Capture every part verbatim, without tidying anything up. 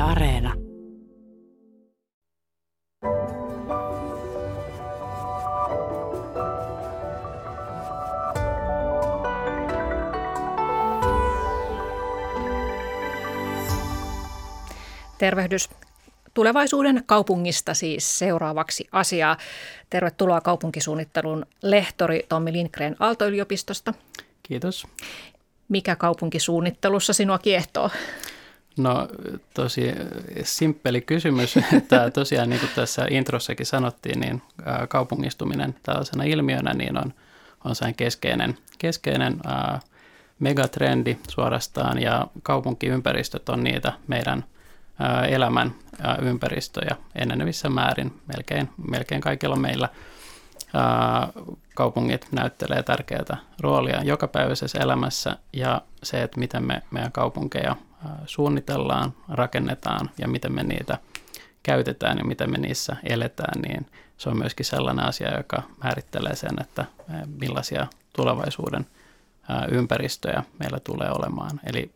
Areena. Tervehdys. Tulevaisuuden kaupungista siis seuraavaksi asiaa. Tervetuloa kaupunkisuunnittelun lehtori Tommi Lindgren Aalto-yliopistosta. Kiitos. Mikä kaupunkisuunnittelussa sinua kiehtoo? No tosi simppeli kysymys. Tämä tosiaan niin kuin tässä introssakin sanottiin, niin kaupungistuminen tällaisena ilmiönä niin on, on sen keskeinen, keskeinen ää, megatrendi suorastaan ja kaupunkiympäristöt on niitä meidän ää, elämän ää, ympäristöjä enenevissä määrin. Melkein, melkein kaikilla meillä ää, kaupungit näyttelee tärkeää roolia jokapäiväisessä elämässä ja se, että miten me meidän kaupunkeja suunnitellaan, rakennetaan ja miten me niitä käytetään ja miten me niissä eletään, niin se on myöskin sellainen asia, joka määrittelee sen, että millaisia tulevaisuuden ympäristöjä meillä tulee olemaan. Eli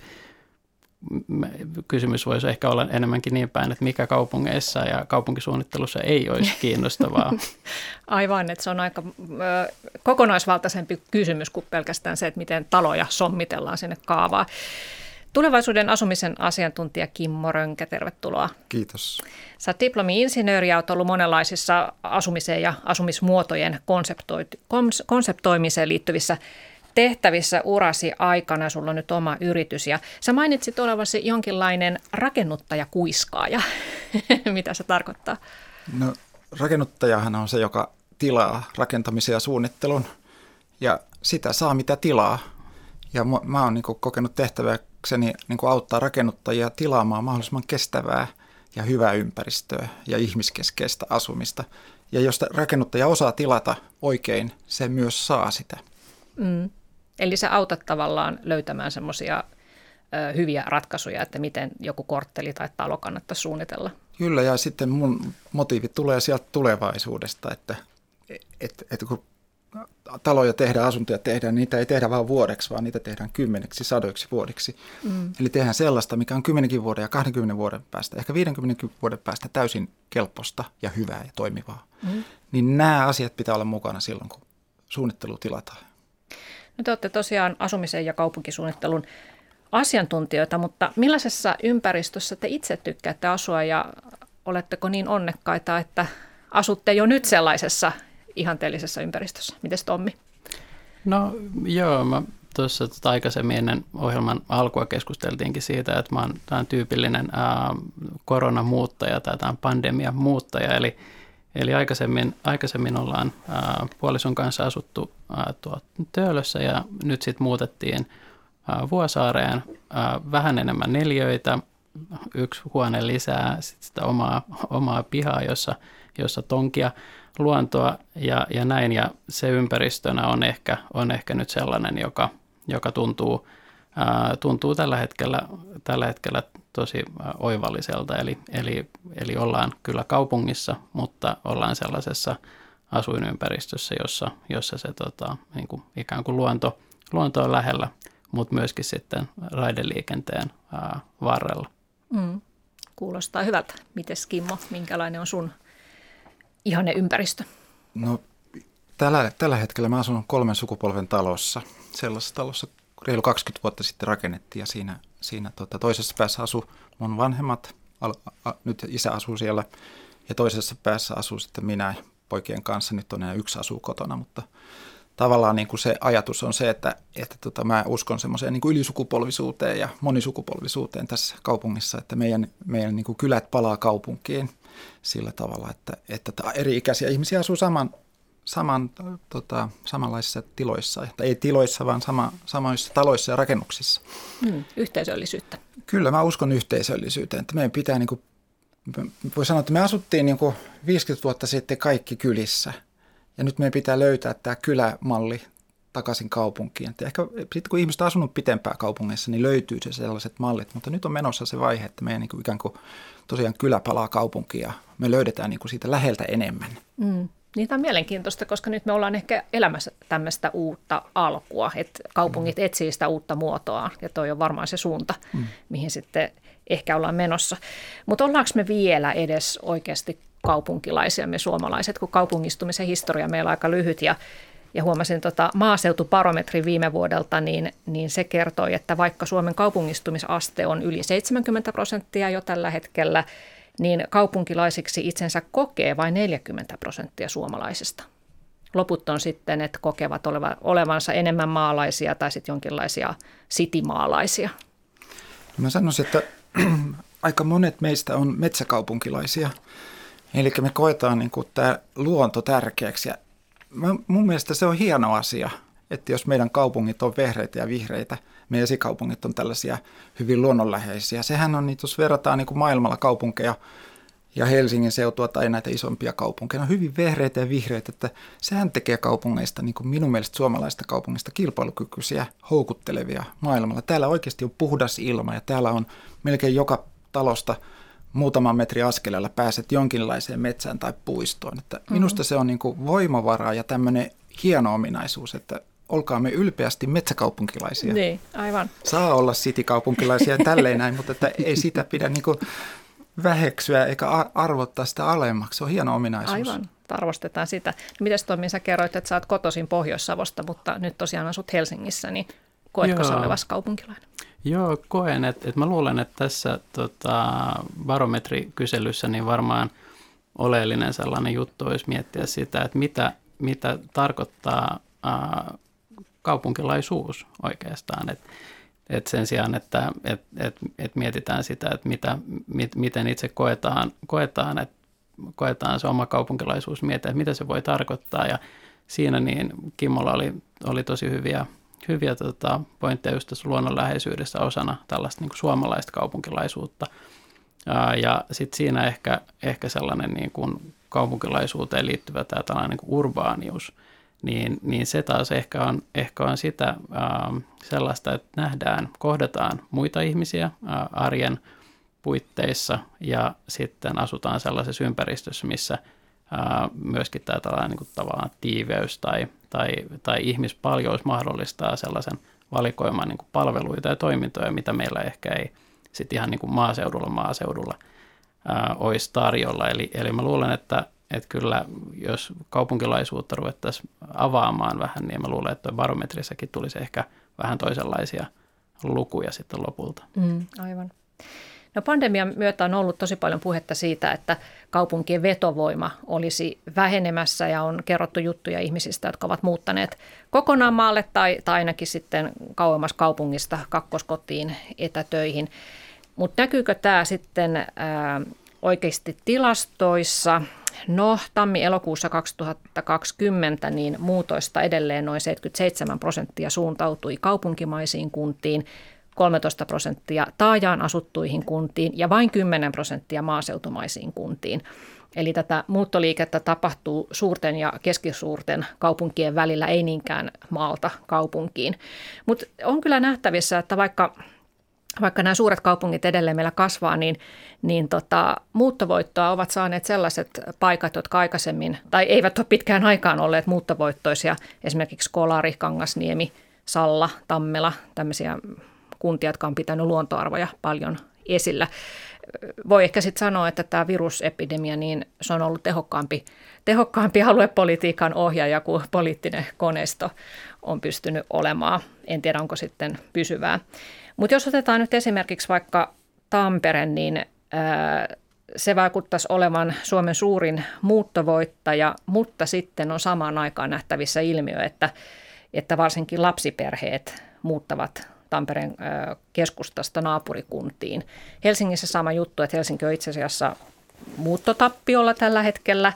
kysymys voisi ehkä olla enemmänkin niin päin, että mikä kaupungeissa ja kaupunkisuunnittelussa ei olisi kiinnostavaa. Aivan, että se on aika ö, kokonaisvaltaisempi kysymys kuin pelkästään se, että miten taloja sommitellaan sinne kaavaan. Tulevaisuuden asumisen asiantuntija Kimmo Rönkä, tervetuloa. Kiitos. Sä oot diplomi-insinööri ja oot ollut monenlaisissa asumiseen ja asumismuotojen konseptoimiseen liittyvissä tehtävissä urasi aikana. Sulla on nyt oma yritys ja sä mainitsit olevasi jonkinlainen rakennuttajakuiskaaja. Mitä se tarkoittaa? No, rakennuttajahan on se, joka tilaa rakentamisen ja suunnittelun ja sitä saa mitä tilaa. Ja mä oon niin kuin kokenut tehtäväkseni niin kuin auttaa rakennuttajia tilaamaan mahdollisimman kestävää ja hyvää ympäristöä ja ihmiskeskeistä asumista. Ja jos rakennuttaja osaa tilata oikein, se myös saa sitä. Mm. Eli sä autat tavallaan löytämään semmoisia hyviä ratkaisuja, että miten joku kortteli tai talo kannattaisi suunnitella. Kyllä, ja sitten mun motiivit tulee sieltä tulevaisuudesta, että, että, että kun taloja tehdään, asuntoja tehdään, niitä ei tehdä vain vuodeksi, vaan niitä tehdään kymmeneksi, sadoiksi vuodiksi. Mm. Eli tehdään sellaista, mikä on kymmenenkin vuoden ja kahdenkymmenen vuoden päästä, ehkä viidenkymmenen vuoden päästä täysin kelpoista ja hyvää ja toimivaa. Mm. Niin nämä asiat pitää olla mukana silloin, kun suunnittelu tilataan. No te olette tosiaan asumisen ja kaupunkisuunnittelun asiantuntijoita, mutta millaisessa ympäristössä te itse tykkäätte asua ja oletteko niin onnekkaita, että asutte jo nyt sellaisessa ihanteellisessa ympäristössä? Mites Tommi? No joo, mä tuossa tota aikaisemmin ennen ohjelman alkua keskusteltiinkin siitä, että mä oon tämän tyypillinen ää, koronamuuttaja tai tämän pandemiamuuttaja, eli Eli aikaisemmin, aikaisemmin ollaan ää, puolison kanssa asuttu ää, tuo Töölössä ja nyt sitten muutettiin ää, Vuosaareen ää, vähän enemmän neliöitä, yksi huone lisää, sitten sitä omaa, omaa pihaa, jossa, jossa tonkia luontoa ja, ja näin. Ja se ympäristönä on ehkä, on ehkä nyt sellainen, joka, joka tuntuu, ää, tuntuu tällä hetkellä, tällä hetkellä tosi oivalliselta, eli, eli, eli ollaan kyllä kaupungissa, mutta ollaan sellaisessa asuinympäristössä, jossa, jossa se tota, niin kuin ikään kuin luonto, luonto on lähellä, mutta myöskin sitten raideliikenteen ää, varrella. Mm. Kuulostaa hyvältä. Mites Kimmo, minkälainen on sun ihanne ympäristö? No tällä, tällä hetkellä mä asun kolmen sukupolven talossa. Sellaisessa talossa reilu kaksikymmentä vuotta sitten rakennettiin ja siinä Siinä tuota, toisessa päässä asuu mun vanhemmat, al, a, nyt isä asuu siellä ja toisessa päässä asuu sitten minä poikien kanssa, nyt on enää yksi asuu kotona, mutta tavallaan niin kuin se ajatus on se, että, että tota, mä uskon semmoiseen niin kuin ylisukupolvisuuteen ja monisukupolvisuuteen tässä kaupungissa, että meidän, meidän niin kuin kylät palaa kaupunkiin sillä tavalla, että, että eri-ikäisiä ihmisiä asuu saman, saman, tota, samanlaisissa tiloissa, tai ei tiloissa, vaan sama, samoissa taloissa ja rakennuksissa. Hmm, yhteisöllisyyttä. Kyllä, mä uskon yhteisöllisyyteen, että meidän pitää, niin kuin, voi sanoa, että me asuttiin niin kuin viisikymmentä vuotta sitten kaikki kylissä, ja nyt meidän pitää löytää tämä kylämalli takaisin kaupunkiin. Että ehkä sitten kun ihmiset on asunut pitempään kaupungeissa, niin löytyy se sellaiset mallit, mutta nyt on menossa se vaihe, että meidän niin kuin ikään kuin tosiaan kylä palaa kaupunkiin, ja me löydetään niin kuin siitä läheltä enemmän. Hmm. Niin tämä on mielenkiintoista, koska nyt me ollaan ehkä elämässä tämmöistä uutta alkua, että kaupungit mm. etsii sitä uutta muotoa ja toi on varmaan se suunta, mm. mihin sitten ehkä ollaan menossa. Mutta ollaanko me vielä edes oikeasti kaupunkilaisia, me suomalaiset, kun kaupungistumisen historia meillä on aika lyhyt ja Ja huomasin tota maaseutubarometri viime vuodelta, niin, niin se kertoi, että vaikka Suomen kaupungistumisaste on yli seitsemänkymmentä prosenttia jo tällä hetkellä, niin kaupunkilaisiksi itsensä kokee vain neljäkymmentä prosenttia suomalaisista. Loput on sitten, että kokevat oleva, olevansa enemmän maalaisia tai sitten jonkinlaisia citymaalaisia. Mä sanoisin, että aika monet meistä on metsäkaupunkilaisia. Eli me koetaan niin kuin tämä luonto tärkeäksi. Ja mä, mun mielestä se on hieno asia, että jos meidän kaupungit on vehreitä ja vihreitä, meidän esikaupungit on tällaisia hyvin luonnonläheisiä. Sehän on, jos verrataan niin kuin maailmalla kaupunkeja ja Helsingin seutua tai näitä isompia kaupunkeja, on hyvin vehreitä ja vihreitä, että sehän tekee kaupungeista, niin kuin minun mielestä suomalaista kaupungista, kilpailukykyisiä, houkuttelevia maailmalla. Täällä oikeasti on puhdas ilma ja täällä on melkein joka talosta muutaman metrin askeleella pääset jonkinlaiseen metsään tai puistoon. Että minusta se on niin kuin voimavara ja tämmöinen hieno ominaisuus, että olkaamme ylpeästi metsäkaupunkilaisia. Niin, aivan. Saa olla citykaupunkilaisia ja tälleen näin, mutta että ei sitä pidä niin kuin väheksyä eikä arvottaa sitä alemmaksi. Se on hieno ominaisuus. Aivan, arvostetaan sitä. Mites Tommi, sä kerroit, että sä oot kotoisin Pohjois-Savosta, mutta nyt tosiaan asut Helsingissä, niin koetko sä olevasi kaupunkilainen? Joo, koen, että, että mä luulen, että tässä tota, barometrikyselyssä niin varmaan oleellinen sellainen juttu olisi miettiä sitä, että mitä, mitä tarkoittaa ää, kaupunkilaisuus oikeastaan. Et, et sen sijaan, että et, et, et mietitään sitä, että mitä, mit, miten itse koetaan, koetaan, että koetaan se oma kaupunkilaisuus, miettiä, että mitä se voi tarkoittaa. Ja siinä niin Kimmolla oli, oli tosi hyviä Hyviä tota, pointteja just tässä luonnonläheisyydessä osana tällaista niin kuin suomalaista kaupunkilaisuutta. Ää, ja sitten siinä ehkä, ehkä sellainen niin kuin kaupunkilaisuuteen liittyvä tämä tällainen niin kuin urbaanius, niin, niin se taas ehkä on, ehkä on sitä ää, sellaista, että nähdään, kohdataan muita ihmisiä ää, arjen puitteissa ja sitten asutaan sellaisessa ympäristössä, missä ää, myöskin tämä tällainen niin kuin tavallaan tiiveys tai Tai, tai ihmispaljous mahdollistaa sellaisen valikoiman niin kuin palveluita ja toimintoja, mitä meillä ehkä ei sitten ihan niin kuin maaseudulla maaseudulla ää, olisi tarjolla. Eli, eli mä luulen, että, että kyllä jos kaupunkilaisuutta ruvettaisiin avaamaan vähän, niin mä luulen, että barometrissakin tulisi ehkä vähän toisenlaisia lukuja sitten lopulta. Mm, aivan. No pandemian myötä on ollut tosi paljon puhetta siitä, että kaupunkien vetovoima olisi vähenemässä ja on kerrottu juttuja ihmisistä, jotka ovat muuttaneet kokonaan maalle tai, tai ainakin sitten kauemmas kaupungista kakkoskotiin etätöihin. Mutta näkyykö tämä sitten ää, oikeasti tilastoissa? No, tammi-elokuussa kaksituhattakaksikymmentä niin muutoista edelleen noin seitsemänkymmentäseitsemän prosenttia suuntautui kaupunkimaisiin kuntiin, kolmetoista prosenttia taajaan asuttuihin kuntiin ja vain kymmenen prosenttia maaseutumaisiin kuntiin. Eli tätä muuttoliikettä tapahtuu suurten ja keskisuurten kaupunkien välillä, ei niinkään maalta kaupunkiin. Mutta on kyllä nähtävissä, että vaikka, vaikka nämä suuret kaupungit edelleen meillä kasvaa, niin, niin tota, muuttovoittoa ovat saaneet sellaiset paikat, jotka aikaisemmin, tai eivät ole pitkään aikaan olleet muuttovoittoisia, esimerkiksi Kolari, Kangasniemi, Salla, Tammela, tämmöisiä kuntia, jotka on pitänyt luontoarvoja paljon esillä. Voi ehkä sitten sanoa, että tämä virusepidemia, niin se on ollut tehokkaampi, tehokkaampi aluepolitiikan ohjaaja kuin poliittinen koneisto on pystynyt olemaan. En tiedä, onko sitten pysyvää. Mutta jos otetaan nyt esimerkiksi vaikka Tampere, niin ää, se vaikuttaisi olevan Suomen suurin muuttovoittaja, mutta sitten on samaan aikaan nähtävissä ilmiö, että, että varsinkin lapsiperheet muuttavat Tampereen keskustasta naapurikuntiin. Helsingissä sama juttu, että Helsinki on itse asiassa muuttotappiolla tällä hetkellä.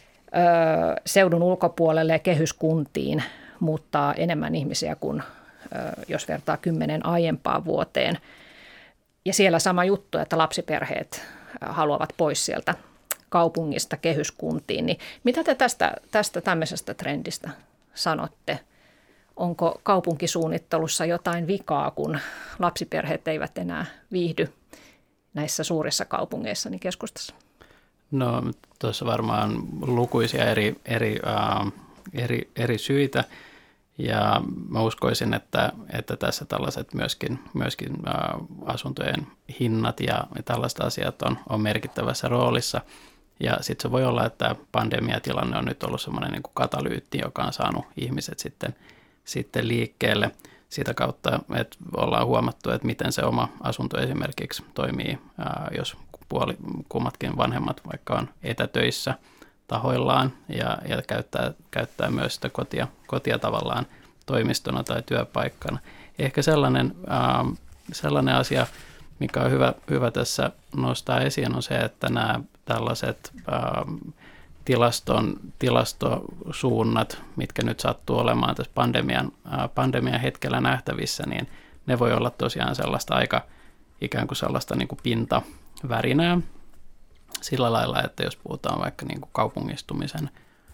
Seudun ulkopuolelle ja kehyskuntiin muuttaa enemmän ihmisiä kuin jos vertaa kymmenen aiempaan vuoteen. Ja siellä sama juttu, että lapsiperheet haluavat pois sieltä kaupungista kehyskuntiin. Niin mitä te tästä, tästä tämmöisestä trendistä sanotte? Onko kaupunkisuunnittelussa jotain vikaa, kun lapsiperheet eivät enää viihdy näissä suurissa kaupungeissa niin keskustassa? No tuossa varmaan lukuisia eri, eri, äh, eri, eri syitä. Ja mä uskoisin, että, että tässä tällaiset myöskin, myöskin ä, asuntojen hinnat ja tällaiset asiat on, on merkittävässä roolissa. Ja sitten se voi olla, että pandemiatilanne on nyt ollut semmoinen niin kuin katalyytti, joka on saanut ihmiset sitten, sitten liikkeelle sitä kautta, että ollaan huomattu, että miten se oma asunto esimerkiksi toimii, ää, jos puoli, kummatkin vanhemmat vaikka on etätöissä tahoillaan ja, ja käyttää, käyttää myös sitä kotia, kotia tavallaan toimistona tai työpaikkana. Ehkä sellainen, ää, sellainen asia, mikä on hyvä, hyvä tässä nostaa esiin, on se, että nämä tällaiset ää, tilaston, tilastosuunnat, mitkä nyt sattuu olemaan tässä pandemian, ää, pandemian hetkellä nähtävissä, niin ne voi olla tosiaan sellaista aika ikään kuin sellaista niin kuin pintavärinää sillä lailla, että jos puhutaan vaikka niin kuin kaupungistumisen,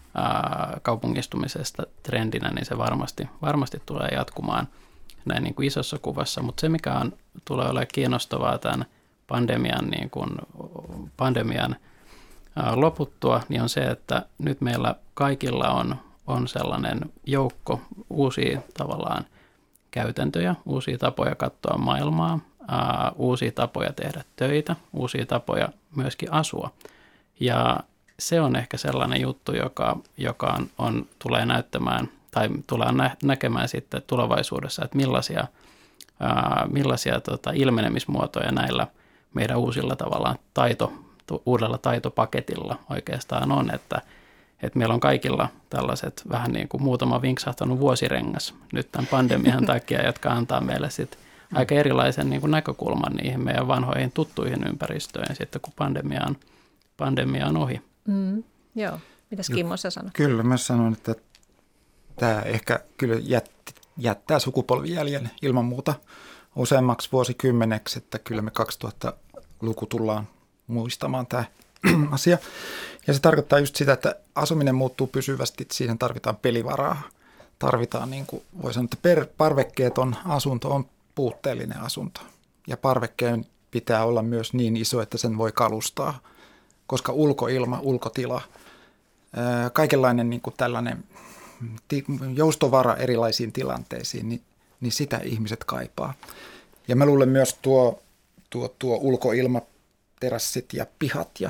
ää, kaupungistumisesta trendinä, niin se varmasti, varmasti tulee jatkumaan näin niin kuin isossa kuvassa, mutta se mikä on, tulee olemaan kiinnostavaa tämän pandemian, niin kuin, pandemian ää, loputtua, niin on se, että nyt meillä kaikilla on, on sellainen joukko uusia tavallaan käytäntöjä, uusia tapoja katsoa maailmaa, ää, uusia tapoja tehdä töitä, uusia tapoja myöskin asua. Ja se on ehkä sellainen juttu, joka, joka on, on, tulee näyttämään tai tullaan nä- näkemään sitten tulevaisuudessa, että millaisia, ää, millaisia tota, ilmenemismuotoja näillä meidän uusilla tavallaan taito, tu, uudella taitopaketilla oikeastaan on, että, että meillä on kaikilla tällaiset vähän niin kuin muutama vinksahtanut vuosirengas nyt tämän pandemian takia, jotka antaa meille sitten aika erilaisen niin kuin näkökulman niihin meidän vanhoihin tuttuihin ympäristöihin sitten, kun pandemia on, pandemia on ohi. Mm, joo. Mitäs Kimmo sä sanot? Kyllä, mä sanon, että tämä ehkä kyllä jättää sukupolvijäljen ilman muuta useammaksi vuosikymmeneksi, että kyllä me kaksituhattaluku tullaan muistamaan tämä asia. Ja se tarkoittaa just sitä, että asuminen muuttuu pysyvästi, että siihen tarvitaan pelivaraa. Tarvitaan, niin kuin voi sanoa, että per, parvekkeeton asunto on puutteellinen asunto. Ja parvekkeen pitää olla myös niin iso, että sen voi kalustaa, koska ulkoilma, ulkotila, ää, kaikenlainen niin kuin tällainen joustovara erilaisiin tilanteisiin, niin, niin sitä ihmiset kaipaa. Ja mä luulen myös tuo, tuo, tuo ulkoilma, terassit ja pihat ja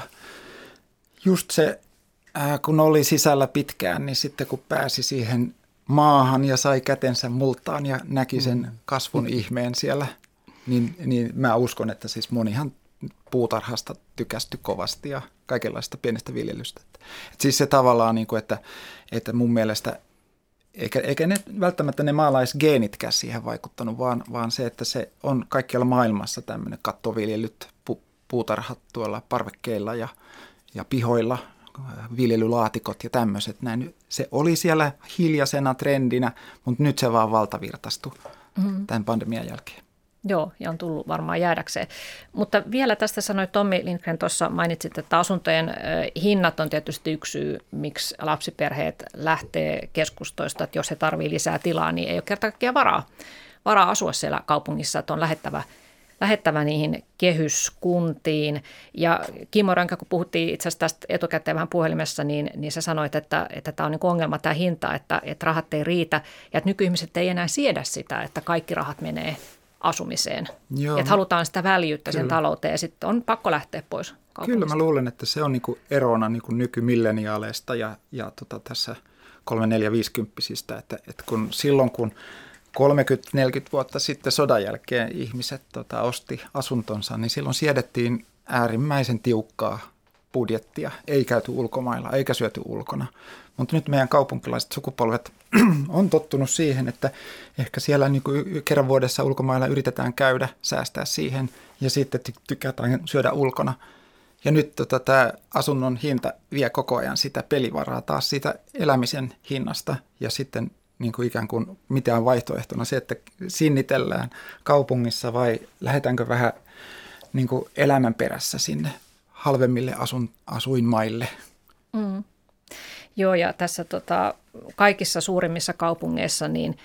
just se, ää, kun oli sisällä pitkään, niin sitten kun pääsi siihen maahan ja sai kätensä multaan ja näki sen kasvun ihmeen siellä, niin, niin mä uskon, että siis monihan puutarhasta tykästy kovasti ja kaikenlaista pienestä viljelystä. Et siis se tavallaan, niin kuin, että, että mun mielestä, eikä, eikä ne välttämättä ne maalaisgeenitkään siihen vaikuttanut, vaan, vaan se, että se on kaikkialla maailmassa tämmöinen kattoviljelyt, pu, puutarhat tuolla parvekkeilla ja, ja pihoilla, viljelylaatikot ja tämmöiset. Näin. Se oli siellä hiljaisena trendinä, mutta nyt se vaan valtavirtaistui mm-hmm. tämän pandemian jälkeen. Joo, ja on tullut varmaan jäädäkseen. Mutta vielä tästä sanoi Tommi Lindgren, tuossa mainitsit, että asuntojen hinnat on tietysti yksi syy, miksi lapsiperheet lähtee keskustoista, että jos he tarvitsevat lisää tilaa, niin ei ole kerta kaikkiaan varaa, varaa asua siellä kaupungissa, että on lähettävä, lähettävä niihin kehyskuntiin. Ja Kimmo Rönkä, kun puhuttiin itse asiassa tästä etukäteen vähän puhelimessa, niin, niin sä sanoit, että, että tämä on niin ongelma tämä hinta, että, että rahat ei riitä ja että nykyihmiset ei enää siedä sitä, että kaikki rahat menee asumiseen. Joo. Että halutaan sitä väljyyttä sen talouteen ja sitten on pakko lähteä pois kaupungista. Kyllä mä luulen, että se on niinku erona niinku nykymilleniaaleista ja, ja tota tässä kolme, neljä, viisikymppisistä, että, että kun silloin kun kolmekymmentä neljäkymmentä vuotta sitten sodan jälkeen ihmiset tota, osti asuntonsa, niin silloin siedettiin äärimmäisen tiukkaa budjettia. Ei käyty ulkomailla, eikä syöty ulkona. Mutta nyt meidän kaupunkilaiset sukupolvet on tottunut siihen, että ehkä siellä niin kuin kerran vuodessa ulkomailla yritetään käydä, säästää siihen ja sitten tykätään syödä ulkona. Ja nyt tota, tämä asunnon hinta vie koko ajan sitä pelivaraa taas siitä elämisen hinnasta ja sitten niin kuin ikään kuin mitään vaihtoehtona se, että sinnitellään kaupungissa vai lähdetäänkö vähän niin kuin elämän perässä sinne halvemmille asun, asuinmaille. Mm. Joo, ja tässä tota, kaikissa suurimmissa kaupungeissa niin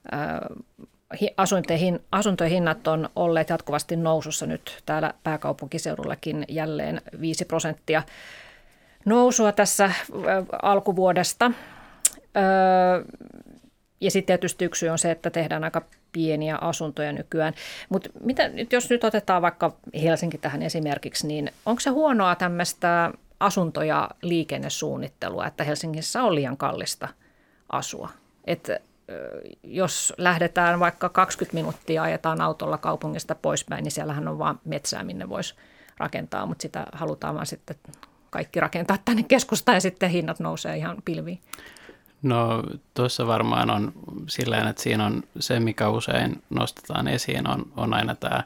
äh, asuntojen, asuntojen hinnat on olleet jatkuvasti nousussa nyt täällä pääkaupunkiseudullakin jälleen viisi prosenttia nousua tässä äh, alkuvuodesta. Äh, ja sitten tietysti yksi on se, että tehdään aika pieniä asuntoja nykyään. Mutta jos nyt otetaan vaikka Helsinki tähän esimerkiksi, niin onko se huonoa tämmöistä asunto- ja liikennesuunnittelua, että Helsingissä on liian kallista asua? Että jos lähdetään vaikka kaksikymmentä minuuttia ajetaan autolla kaupungista poispäin, niin siellähän on vaan metsää, minne voisi rakentaa, mutta sitä halutaan vaan sitten kaikki rakentaa tänne keskustaan ja sitten hinnat nousee ihan pilviin. No tuossa varmaan on silleen, että siinä on se, mikä usein nostetaan esiin, on, on aina tämä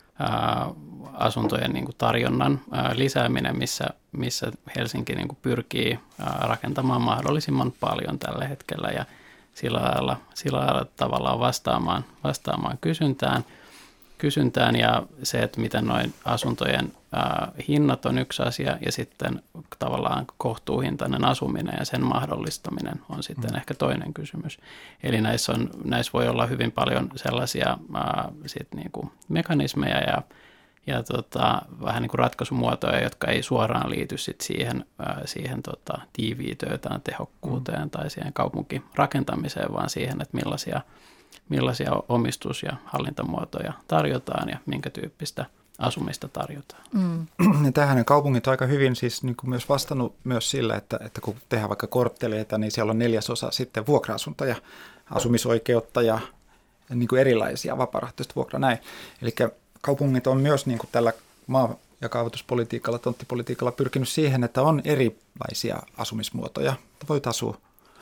ää, asuntojen niin kuin tarjonnan ää, lisääminen, missä, missä Helsinki niin kuin pyrkii ää, rakentamaan mahdollisimman paljon tällä hetkellä ja sillä lailla, sillä lailla tavallaan vastaamaan, vastaamaan kysyntään. kysyntään ja se, että miten noin asuntojen ää, hinnat on yksi asia ja sitten tavallaan kohtuuhintainen asuminen ja sen mahdollistaminen on sitten mm. ehkä toinen kysymys. Eli näissä, on, näissä voi olla hyvin paljon sellaisia ää, sit niinku mekanismeja ja, ja tota, vähän niin kuin ratkaisumuotoja, jotka ei suoraan liity sit siihen, ää, siihen tota, tiiviitöön, tehokkuuteen mm. tai siihen kaupunkirakentamiseen, vaan siihen, että millaisia millaisia omistus- ja hallintamuotoja tarjotaan ja minkä tyyppistä asumista tarjotaan. Mm. Ja tähän kaupungit on aika hyvin siis niin kuin myös vastannut myös sillä, että, että kun tehdään vaikka kortteleita, niin siellä on neljäsosa sitten vuokra-asuntoja, asumisoikeutta ja niin kuin erilaisia vapaarahoitteista vuokra näin. Eli kaupungit on myös niin kuin tällä maa- ja kaavoituspolitiikalla, tonttipolitiikalla pyrkinyt siihen, että on erilaisia asumismuotoja. Voit asua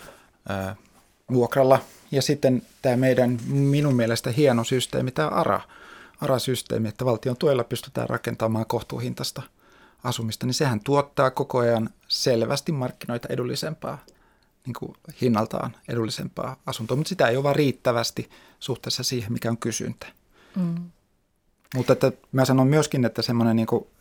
ää, vuokralla. Ja sitten tämä meidän minun mielestä hieno systeemi, tämä ARA, ARA-systeemi, että valtion tuella pystytään rakentamaan kohtuuhintaista asumista, niin sehän tuottaa koko ajan selvästi markkinoita edullisempaa, niin kuin hinnaltaan edullisempaa asuntoa, mutta sitä ei ole vaan riittävästi suhteessa siihen, mikä on kysyntä. Mm. Mutta että mä sanon myöskin, että semmoinen, niin kuin,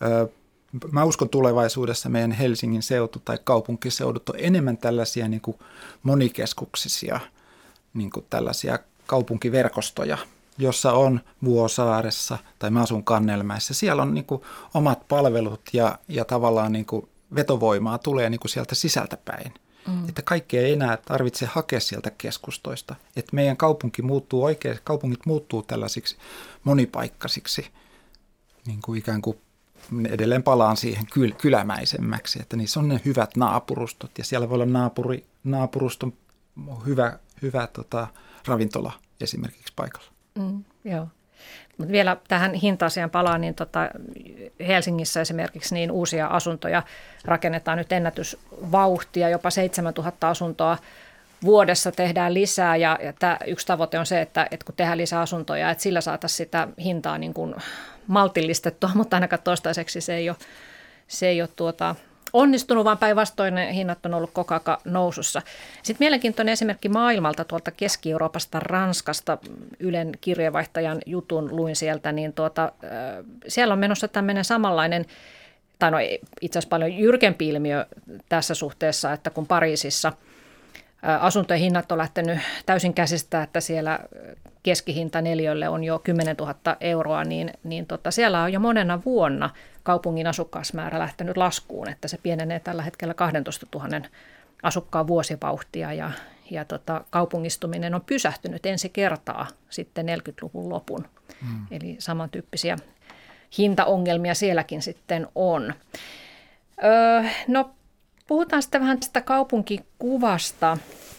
mä uskon tulevaisuudessa meidän Helsingin seutu tai kaupunkiseudut on enemmän tällaisia niin kuin monikeskuksisia, niin kuin tällaisia kaupunkiverkostoja, jossa on Vuosaaressa tai mä asun Kannelmäessä. Siellä on niin kuin omat palvelut ja, ja tavallaan niin kuin vetovoimaa tulee niin kuin sieltä sisältä päin. Mm. Että kaikkea ei enää tarvitse hakea sieltä keskustoista. Että meidän kaupunki muuttuu oikein, kaupungit muuttuu tällaisiksi monipaikkaisiksi, niin kuin ikään kuin edelleen palaan siihen kyl, kylämäisemmäksi, että niissä on ne hyvät naapurustot ja siellä voi olla naapuri, naapuruston hyvä, hyvä tota, ravintola esimerkiksi paikalla. Mm, joo. Mut vielä tähän hinta-asiaan palaan, niin tota, Helsingissä esimerkiksi niin uusia asuntoja rakennetaan nyt ennätysvauhtia, jopa seitsemäntuhatta asuntoa vuodessa tehdään lisää ja, ja tämä yksi tavoite on se, että, että kun tehdään lisää asuntoja, että sillä saataisiin sitä hintaa niin kuin maltillistettua, mutta ainakaan toistaiseksi se ei ole, se ei ole tuota, onnistunut, vaan päinvastoin ne hinnat on ollut koko ajan nousussa. Sitten mielenkiintoinen esimerkki maailmalta tuolta Keski-Euroopasta, Ranskasta, Ylen kirjeenvaihtajan jutun luin sieltä, niin tuota, siellä on menossa tämmöinen samanlainen, tai no itse asiassa paljon jyrkempi ilmiö tässä suhteessa, että kun Pariisissa asuntojen hinnat on lähtenyt täysin käsistä, että siellä keskihinta neliölle on jo kymmenentuhatta euroa, niin, niin tota, siellä on jo monena vuonna kaupungin asukasmäärä lähtenyt laskuun, että se pienenee tällä hetkellä kaksitoistatuhatta asukkaan vuosivauhtia ja, ja tota, kaupungistuminen on pysähtynyt ensi kertaa sitten neljäkymmentäluvun lopun. Mm. Eli samantyyppisiä hintaongelmia sielläkin sitten on. Öö, no puhutaan sitten vähän tästä kaupunkikuvasta,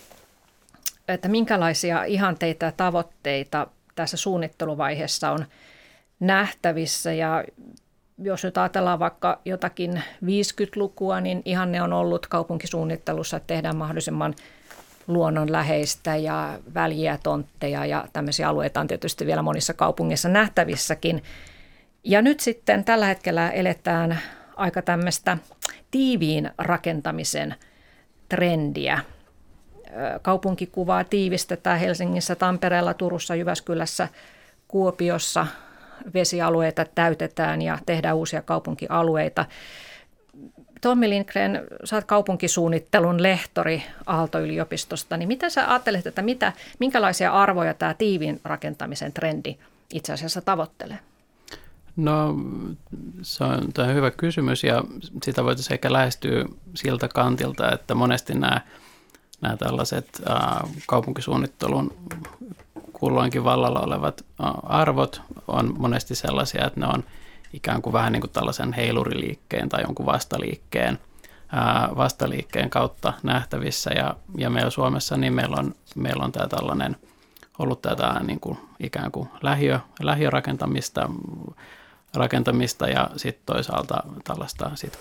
että minkälaisia ihanteita ja tavoitteita tässä suunnitteluvaiheessa on nähtävissä. Ja jos nyt ajatellaan vaikka jotakin viisikymmentälukua, niin ihanne on ollut kaupunkisuunnittelussa, että tehdään mahdollisimman luonnonläheistä ja väljiä tontteja ja tämmöisiä alueita on tietysti vielä monissa kaupungeissa nähtävissäkin. Ja nyt sitten tällä hetkellä eletään aika tämmöistä tiiviin rakentamisen trendiä. Kaupunkikuvaa tiivistetään Helsingissä, Tampereella, Turussa, Jyväskylässä, Kuopiossa. Vesialueita täytetään ja tehdään uusia kaupunkialueita. Tommi Lindgren, sä oot kaupunkisuunnittelun lehtori Aalto-yliopistosta, niin mitä sä ajattelet, että mitä, minkälaisia arvoja tämä tiiviin rakentamisen trendi itse asiassa tavoittelee? No se on, on hyvä kysymys ja sitä voitaisiin ehkä lähestyä siltä kantilta, että monesti nämä nämä tällaiset ää, kaupunkisuunnittelun kulloinkin vallalla olevat ää, arvot on monesti sellaisia, että ne on ikään kuin vähän niin kuin tällaisen heiluriliikkeen tai jonkun vastaliikkeen, ää, vastaliikkeen kautta nähtävissä. Ja, ja meillä Suomessa niin meillä on, meillä on tämä tällainen ollut tätä niin kuin ikään kuin lähiö, lähiörakentamista rakentamista ja sitten toisaalta tällaista sit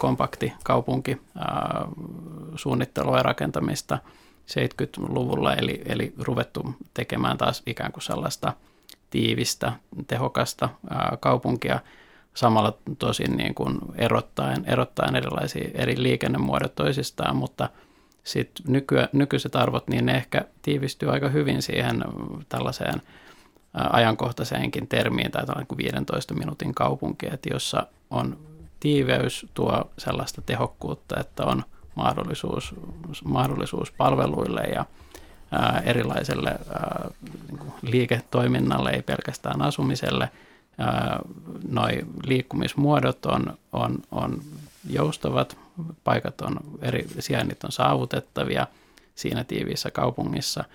kompaktikaupunkisuunnittelua ja rakentamista seitsemänkymmentäluvulla, eli, eli ruvettu tekemään taas ikään kuin sellaista tiivistä, tehokasta ää, kaupunkia, samalla tosin niin kuin erottaen, erottaen erilaisia eri liikennemuodot toisistaan, mutta sitten nyky, nykyiset arvot, niin ne ehkä tiivistyy aika hyvin siihen tällaiseen ajankohtaiseenkin termiin tai tällainen kuin viidentoista minuutin kaupunki, että jossa on tiiveys tuo sellaista tehokkuutta, että on mahdollisuus, mahdollisuus palveluille ja ää, erilaiselle ää, niin kuin liiketoiminnalle, ei pelkästään asumiselle. Ää, noi liikkumismuodot on, on, on joustavat, paikat on eri, sijainnit on saavutettavia siinä tiiviissä kaupungissa.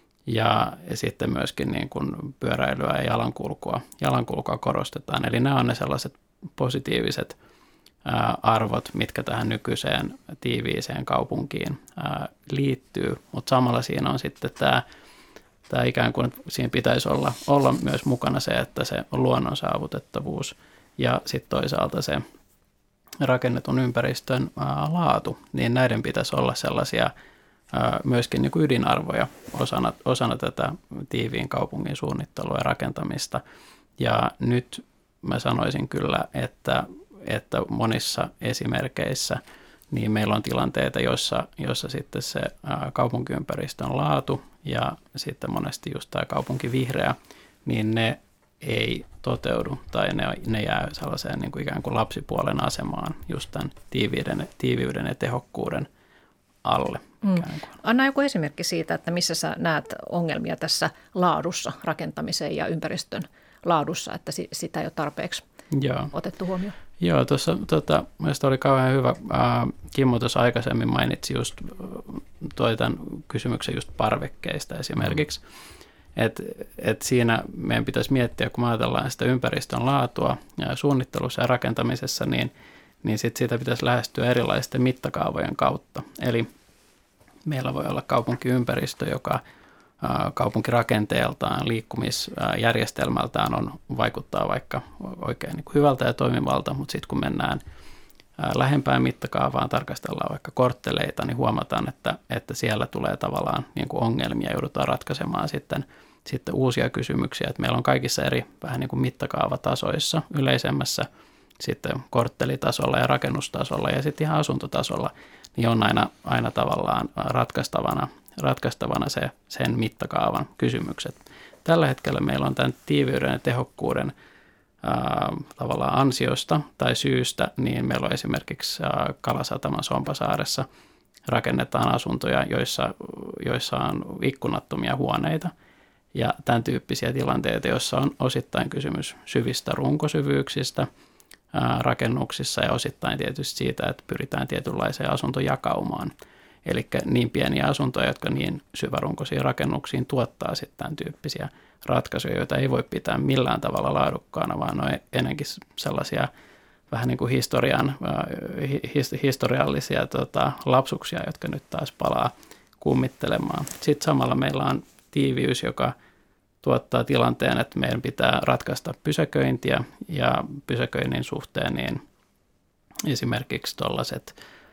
Ja, ja sitten myöskin niin kuin pyöräilyä ja jalankulkua, jalankulkua korostetaan. Eli nämä on ne sellaiset positiiviset ää, arvot, mitkä tähän nykyiseen tiiviiseen kaupunkiin ää, liittyy. Mutta samalla siinä on sitten tämä, tämä ikään kuin, että siinä pitäisi olla, olla myös mukana se, että se luonnon saavutettavuus ja sitten toisaalta se rakennetun ympäristön ää, laatu, niin näiden pitäisi olla sellaisia myöskin niin kuin ydinarvoja osana, osana tätä tiiviin kaupungin suunnittelua ja rakentamista. Ja nyt mä sanoisin kyllä, että, että monissa esimerkkeissä niin meillä on tilanteita, joissa, joissa sitten se kaupunkiympäristön laatu ja sitten monesti just tämä kaupunkivihreä, niin ne ei toteudu tai ne, ne jää sellaiseen niin kuin ikään kuin lapsipuolen asemaan just tämän tiiviyden, tiiviyden ja tehokkuuden alle. Mm. Anna joku esimerkki siitä, että missä sä näet ongelmia tässä laadussa, rakentamisen ja ympäristön laadussa, että sitä ei ole tarpeeksi Joo. otettu huomioon. Joo, tuossa tota, mielestäni oli kauhean hyvä. Ää, Kimmo tuossa aikaisemmin mainitsi just toi tämän kysymyksen just parvekkeista esimerkiksi. Mm. Että et siinä meidän pitäisi miettiä, kun me ajatellaan sitä ympäristön laatua ja suunnittelussa ja rakentamisessa, niin, niin sit siitä pitäisi lähestyä erilaisten mittakaavojen kautta. Eli meillä voi olla kaupunkiympäristö, joka kaupunkirakenteeltaan, liikkumisjärjestelmältään on, vaikuttaa vaikka oikein niin kuin hyvältä ja toimivalta, mutta sitten kun mennään lähempään mittakaavaan, tarkastellaan vaikka kortteleita, niin huomataan, että, että siellä tulee tavallaan niin kuin ongelmia, joudutaan ratkaisemaan sitten, sitten uusia kysymyksiä, että meillä on kaikissa eri vähän niin kuin mittakaavatasoissa, yleisemmässä sitten korttelitasolla ja rakennustasolla ja sitten ihan asuntotasolla, niin on aina, aina tavallaan ratkaistavana, ratkaistavana se, sen mittakaavan kysymykset. Tällä hetkellä meillä on tämän tiiviyden ja tehokkuuden ää, tavallaan ansiosta tai syystä, niin meillä on esimerkiksi ää, Kalasataman Sompasaaressa rakennetaan asuntoja, joissa, joissa on ikkunattomia huoneita ja tämän tyyppisiä tilanteita, joissa on osittain kysymys syvistä runkosyvyyksistä rakennuksissa ja osittain tietysti siitä, että pyritään tietynlaiseen asuntojakaumaan. Eli niin pieniä asuntoja, jotka niin syvärunkoisiin rakennuksiin tuottaa sitten tämän tyyppisiä ratkaisuja, joita ei voi pitää millään tavalla laadukkaana, vaan ne on ennenkin sellaisia vähän niin kuin historian, historiallisia tota, lapsuksia, jotka nyt taas palaa kummittelemaan. Sitten samalla meillä on tiiviys, joka tuottaa tilanteen, että meidän pitää ratkaista pysäköintiä ja pysäköinnin suhteen niin esimerkiksi tuollaiset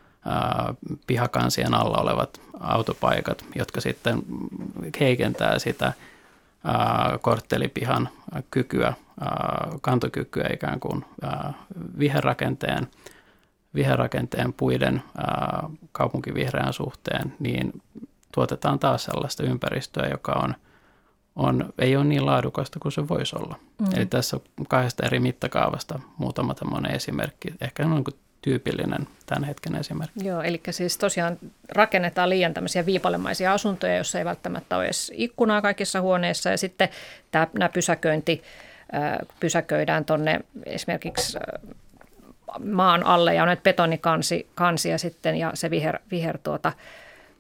pihakansien alla olevat autopaikat, jotka sitten heikentää sitä ää, korttelipihan kykyä, ää, kantokykyä ikään kuin ää, viherrakenteen, viherrakenteen puiden ää, kaupunkivihreän suhteen, niin tuotetaan taas sellaista ympäristöä, joka on On, ei ole niin laadukasta kuin se voisi olla. Mm. Eli tässä on kahdesta eri mittakaavasta muutama tämmöinen esimerkki. Ehkä on niin tyypillinen tämän hetken esimerkki. Joo, eli siis tosiaan rakennetaan liian tämmöisiä viipalemaisia asuntoja, joissa ei välttämättä ole edes ikkunaa kaikissa huoneissa. Ja sitten tämä, nämä pysäköinti, äh, pysäköidään tuonne esimerkiksi äh, maan alle ja on näitä betonikansia sitten ja se viher, viher tuota,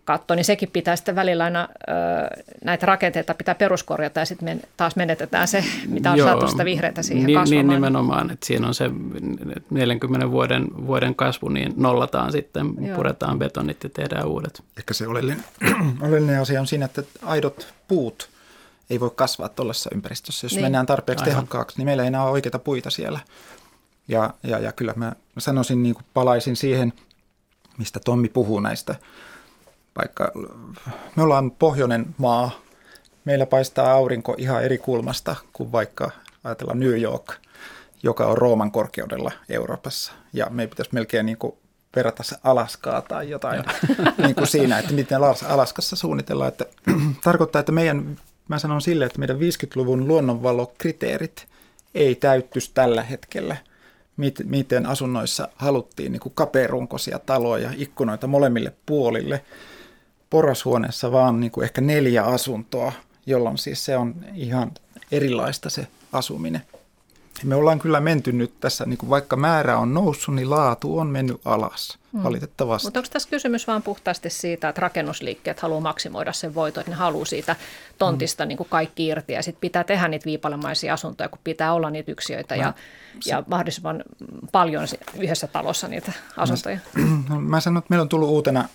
katto, niin sekin pitää sitten välillä aina näitä rakenteita pitää peruskorjata ja sitten me taas menetetään se, mitä on Joo, saatu sitä vihreätä siihen niin, kasvamaan. Niin nimenomaan, että siinä on se neljänkymmenen vuoden, vuoden kasvu, niin nollataan sitten, Joo. puretaan betonit ja tehdään uudet. Ehkä se oleellinen, oleellinen asia on siinä, että aidot puut ei voi kasvaa tuollaisessa ympäristössä. Jos niin. mennään tarpeeksi Aivan. tehokkaaksi, niin meillä ei enää ole oikeita puita siellä. Ja, ja, ja kyllä mä sanoisin, niin kuin palaisin siihen, mistä Tommi puhuu näistä. Vaikka me ollaan pohjoinen maa, meillä paistaa aurinko ihan eri kulmasta kuin vaikka ajatellaan New York, joka on Rooman korkeudella Euroopassa. Ja me pitäisi melkein niin kuin verrata se Alaskaa tai jotain niin kuin siinä, että miten Alaskassa suunnitellaan. Että, tarkoittaa, että meidän, mä sanon sille, että meidän viisikymmentäluvun luonnonvalokriteerit ei täyttyisi tällä hetkellä. Miten asunnoissa haluttiin niin kuin kapearunkoisia taloja, ikkunoita molemmille puolille. Porrashuoneessa vaan niin kuin ehkä neljä asuntoa, jolloin siis se on ihan erilaista se asuminen. Me ollaan kyllä menty nyt tässä, niin kuin vaikka määrä on noussut, niin laatu on mennyt alas, hmm. valitettavasti. Mutta onko tässä kysymys vaan puhtaasti siitä, että rakennusliikkeet haluaa maksimoida sen voiton, että ne haluaa siitä tontista hmm. niin kuin kaikki irti ja sitten pitää tehdä niitä viipalemaisia asuntoja, kun pitää olla niitä yksiöitä no, ja, se... ja mahdollisimman paljon yhdessä talossa niitä asuntoja. Mä, mä sanon, että meillä on tullut uutena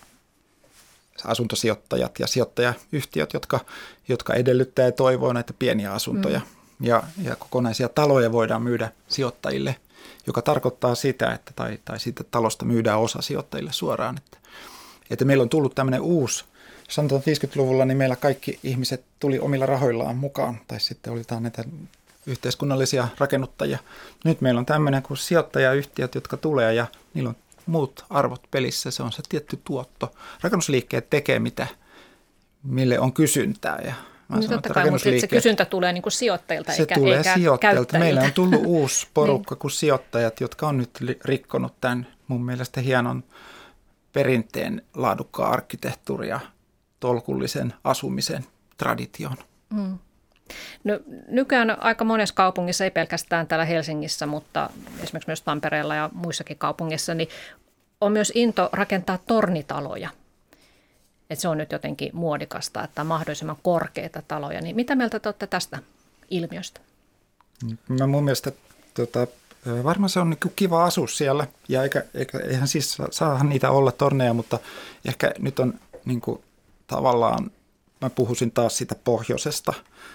asuntosijoittajat ja sijoittajayhtiöt, jotka, jotka edellyttää ja toivoo näitä pieniä asuntoja. Hmm. Ja, ja kokonaisia taloja voidaan myydä sijoittajille, joka tarkoittaa sitä, että tai, tai siitä talosta myydään osa sijoittajille suoraan. Että, että meillä on tullut tämmöinen uusi, jos sanotaan viisikymmentäluvulla, niin meillä kaikki ihmiset tuli omilla rahoillaan mukaan, tai sitten oli näitä yhteiskunnallisia rakennuttajia. Nyt meillä on tämmöinen kuin sijoittajayhtiöt, jotka tulee ja niillä on muut arvot pelissä, se on se tietty tuotto. Rakennusliikkeet tekee mitä, mille on kysyntää ja Niin totta kai, mutta se kysyntä tulee niin kuin sijoittajilta se eikä, tulee eikä sijoittajilta. käyttäjiltä. Meillä on tullut uusi porukka niin. kuin sijoittajat, jotka on nyt rikkonut tämän mun mielestä hienon perinteen laadukkaan arkkitehtuuri- ja tolkullisen asumisen tradition. Mm. No, nykyään aika monessa kaupungissa, ei pelkästään täällä Helsingissä, mutta esimerkiksi myös Tampereella ja muissakin kaupungissa, niin on myös into rakentaa tornitaloja. Että se on nyt jotenkin muodikasta, että on mahdollisimman korkeita taloja. Niin mitä mieltä te olette tästä ilmiöstä? Mä mun mielestä tota, varmaan se on niin kiva asua siellä. Ja eikä, eikä, eihän siis saa niitä olla torneja, mutta ehkä nyt on niin kuin, tavallaan, mä puhuisin taas siitä pohjoisesta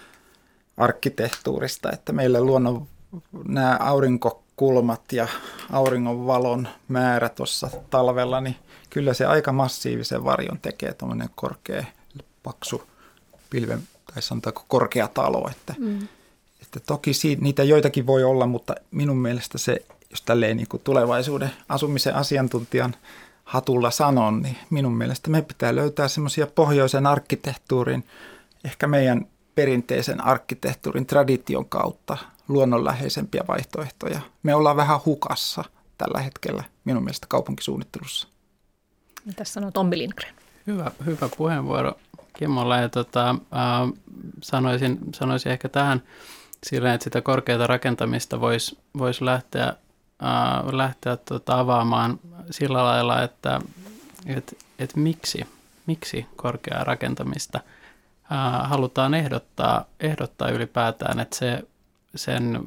arkkitehtuurista, että meillä luonnon nämä aurinkokulmat ja auringonvalon määrä tuossa talvella, niin kyllä se aika massiivisen varjon tekee tuommoinen korkea, paksu pilven, tai sanotaanko korkea talo. Että, mm. että toki siitä, niitä joitakin voi olla, mutta minun mielestä se, jos tälleen niin kuin tulevaisuuden asumisen asiantuntijan hatulla sanon, niin minun mielestä me pitää löytää semmoisia pohjoisen arkkitehtuurin, ehkä meidän perinteisen arkkitehtuurin tradition kautta luonnonläheisempiä vaihtoehtoja. Me ollaan vähän hukassa tällä hetkellä minun mielestä kaupunkisuunnittelussa. Mitä sanoo Tommi Lindgren? Hyvä, hyvä puheenvuoro Kimmolla. Ja tota, äh, sanoisin, sanoisin ehkä tähän silleen, että sitä korkeata rakentamista voisi vois lähteä, äh, lähteä tota, avaamaan sillä lailla, että et, et miksi, miksi korkeaa rakentamista äh, halutaan ehdottaa, ehdottaa ylipäätään, että se, sen,